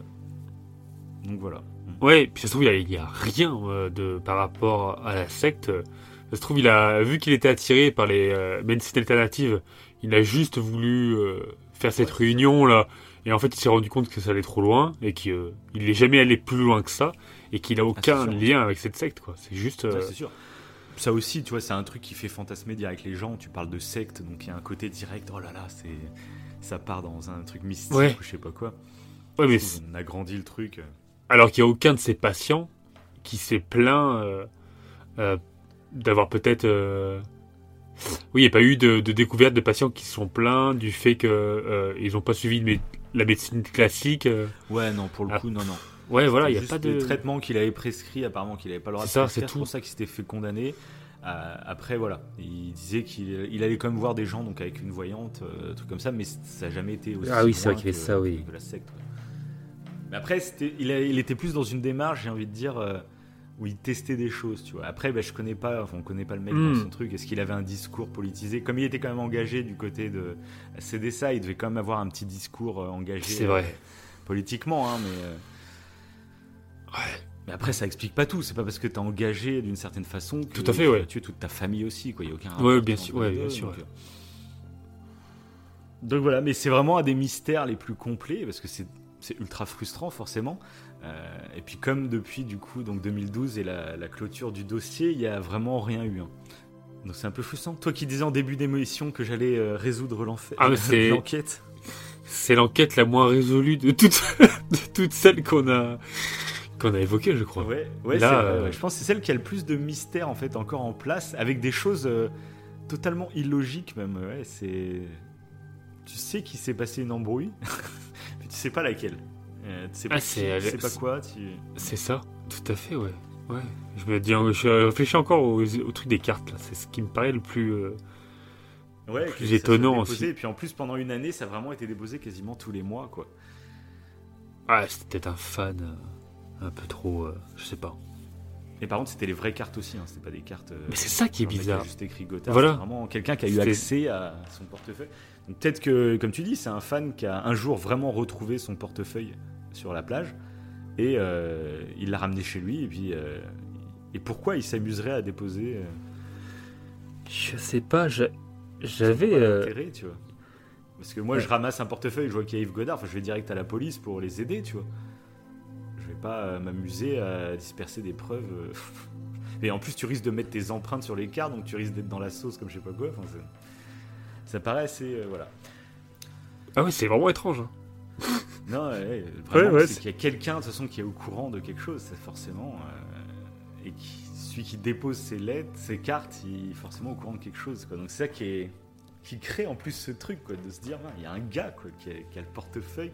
voilà. Ouais, puis ça se trouve il y a rien par rapport à la secte. Ça se trouve vu qu'il était attiré par les médecines alternatives. Il a juste voulu faire cette réunion là, et en fait il s'est rendu compte que ça allait trop loin et qu'il n'est jamais allé plus loin que ça et qu'il a aucun lien avec cette secte, quoi. C'est juste. Ça, c'est sûr. Ça aussi, tu vois, c'est un truc qui fait fantasmer direct les gens. Tu parles de secte, donc il y a un côté direct. Oh là là, ça part dans un truc mystique ou je sais pas quoi. Ouais, mais on a grandi le truc. Alors qu'il n'y a aucun de ces patients qui s'est plaint d'avoir peut-être. Oui, il n'y a pas eu de découverte de patients qui se sont plaints du fait qu'ils n'ont pas suivi la médecine classique. Ouais, non, pour le coup, non. Ouais, voilà, il n'y a juste pas de... des traitements qu'il avait prescrits, apparemment, qu'il n'avait pas le droit de faire. C'est pour ça qu'il s'était fait condamner. Après, voilà, il disait qu'il allait quand même voir des gens donc avec une voyante, truc comme ça, mais ça n'a jamais été aussi oui, c'est vrai qu'il y avait ça, oui. que la secte. Ouais. Mais après, il était plus dans une démarche, j'ai envie de dire... où il testait des choses, tu vois. Après, on connaît pas le mec dans son truc. Est-ce qu'il avait un discours politisé? Comme il était quand même engagé du côté de CDSA, il devait quand même avoir un petit discours engagé. C'est vrai. Politiquement, hein, mais... Mais après, ça explique pas tout. C'est pas parce que t'es engagé d'une certaine façon que tout à fait, tu vas tuer toute ta famille aussi, quoi. Il y a aucun rapport. Ouais, bien sûr. Donc voilà, mais c'est vraiment un des mystères les plus complets, parce que c'est ultra frustrant, forcément. Et puis comme depuis du coup donc 2012 et la clôture du dossier, il y a vraiment rien eu. Hein. Donc c'est un peu frustrant. Toi qui disais en début d'émission que j'allais résoudre l'enquête. C'est l'enquête la moins résolue de toutes celles qu'on a évoquées, je crois. Ouais, là, je pense que c'est celle qui a le plus de mystère en fait encore en place, avec des choses totalement illogiques même. Ouais, tu sais qu'il s'est passé une embrouille, mais tu sais pas laquelle. Tu sais pas quoi. C'est ça, tout à fait, ouais. Je réfléchis encore au truc des cartes là. C'est ce qui me paraît le plus étonnant aussi. Et puis en plus pendant une année, ça a vraiment été déposé quasiment tous les mois, quoi. Ouais, c'était peut-être un fan un peu trop, je sais pas. Et par contre, c'était les vraies cartes aussi, hein. C'était pas des cartes. Mais c'est ça qui est bizarre. Juste écrit Gothard. Voilà. C'était vraiment quelqu'un qui a eu accès à son portefeuille. Donc peut-être que, comme tu dis, c'est un fan qui a un jour vraiment retrouvé son portefeuille sur la plage et il l'a ramené chez lui. Et puis, et pourquoi il s'amuserait à déposer Je sais pas. J'avais l'intérêt, tu vois. Parce que moi, je ramasse un portefeuille, je vois qu'il y a Yves Godard, je vais direct à la police pour les aider, tu vois. Je vais pas m'amuser à disperser des preuves. Et en plus, tu risques de mettre tes empreintes sur les cartes, donc tu risques d'être dans la sauce comme je sais pas quoi. Enfin, ça paraît assez... voilà. Ah ouais, c'est vraiment étrange. Hein. Non, vraiment, c'est qu'il y a quelqu'un, de toute façon, qui est au courant de quelque chose, c'est forcément... et celui qui dépose ses lettres, ses cartes, il est forcément au courant de quelque chose, quoi. Donc c'est ça qui crée en plus ce truc, quoi, de se dire, il y a un gars, quoi, qui a le portefeuille,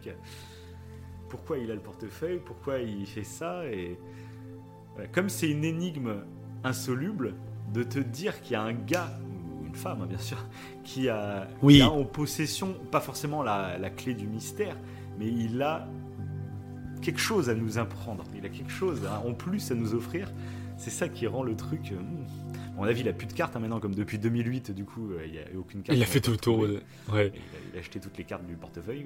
pourquoi il a le portefeuille, pourquoi il fait ça, et voilà. Comme c'est une énigme insoluble de te dire qu'il y a un gars, ou une femme hein, bien sûr, qui a en possession, pas forcément la clé du mystère, mais il a quelque chose à nous apprendre, il a quelque chose en plus à nous offrir. C'est ça qui rend le truc... À mon avis, il a plus de cartes hein, maintenant, comme depuis 2008, du coup, il n'y a aucune carte. Il a fait tout le tour. Ouais. Il a acheté toutes les cartes du portefeuille.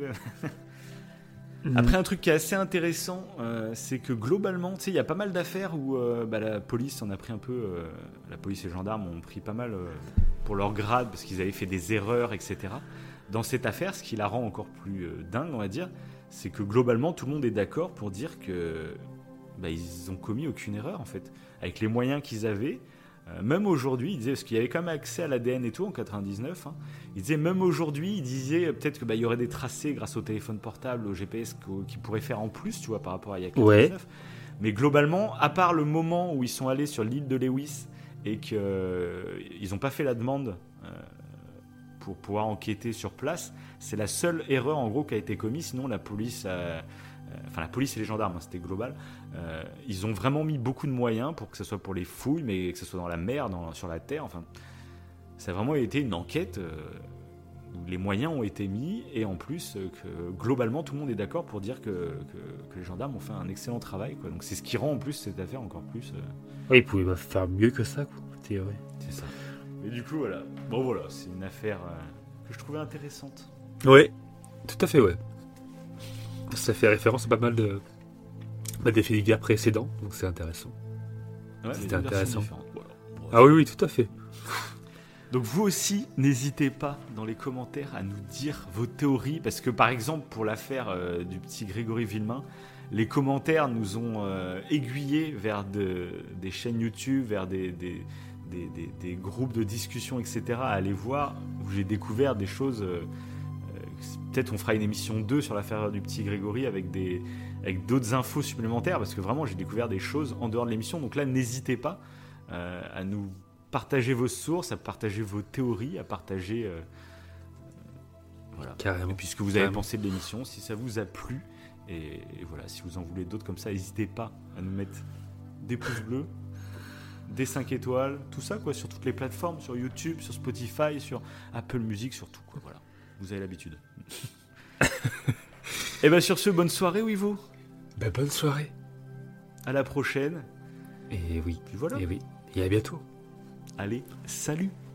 Après, un truc qui est assez intéressant, c'est que globalement, tu sais, il y a pas mal d'affaires où la police en a pris un peu. La police et les gendarmes ont pris pas mal pour leur grade parce qu'ils avaient fait des erreurs, etc. Dans cette affaire, ce qui la rend encore plus dingue, on va dire, c'est que globalement, tout le monde est d'accord pour dire que ils ont commis aucune erreur en fait, avec les moyens qu'ils avaient. Même aujourd'hui, ils disaient, parce qu'il y avait quand même accès à l'ADN et tout en 99, hein, ils disaient même aujourd'hui, ils disaient peut-être que il y aurait des tracés grâce au téléphone portable, au GPS qu'ils pourraient faire en plus, tu vois, par rapport à il y a 99. Ouais. Mais globalement, à part le moment où ils sont allés sur l'île de Lewis et qu'ils n'ont pas fait la demande pour pouvoir enquêter sur place, c'est la seule erreur en gros qui a été commise. Sinon, la police et les gendarmes, hein, c'était global. Ils ont vraiment mis beaucoup de moyens pour que ce soit pour les fouilles, mais que ce soit dans la mer, sur la terre. Enfin, ça a vraiment été une enquête où les moyens ont été mis et en plus que globalement tout le monde est d'accord pour dire que les gendarmes ont fait un excellent travail, quoi. Donc c'est ce qui rend en plus cette affaire encore plus. Oui, ils pouvaient faire mieux que ça, quoi. C'est ça. Et du coup voilà. Bon voilà, c'est une affaire que je trouvais intéressante. Ouais, tout à fait, ouais. Ça fait référence à pas mal des faits divers précédents, donc c'est intéressant. Ouais, c'était intéressant. Voilà. Ah oui, tout à fait. Donc vous aussi, n'hésitez pas dans les commentaires à nous dire vos théories, parce que par exemple pour l'affaire du petit Grégory Villemain, les commentaires nous ont aiguillés vers des chaînes YouTube, vers des groupes de discussion, etc. à aller voir, où j'ai découvert des choses... peut-être on fera une émission 2 sur l'affaire du petit Grégory avec d'autres infos supplémentaires, parce que vraiment j'ai découvert des choses en dehors de l'émission. Donc là, n'hésitez pas à nous partager vos sources, à partager vos théories, à partager voilà. Carrément. Et puis ce que vous avez pensé de l'émission, si ça vous a plu, et voilà, si vous en voulez d'autres comme ça, n'hésitez pas à nous mettre des pouces bleus, des 5 étoiles, tout ça quoi, sur toutes les plateformes, sur YouTube, sur Spotify, sur Apple Music, sur tout quoi, voilà. Vous avez l'habitude. Et sur ce, bonne soirée, Wivo. Bonne soirée. À la prochaine. Et oui. Puis voilà. Et oui. Et à bientôt. Allez, salut.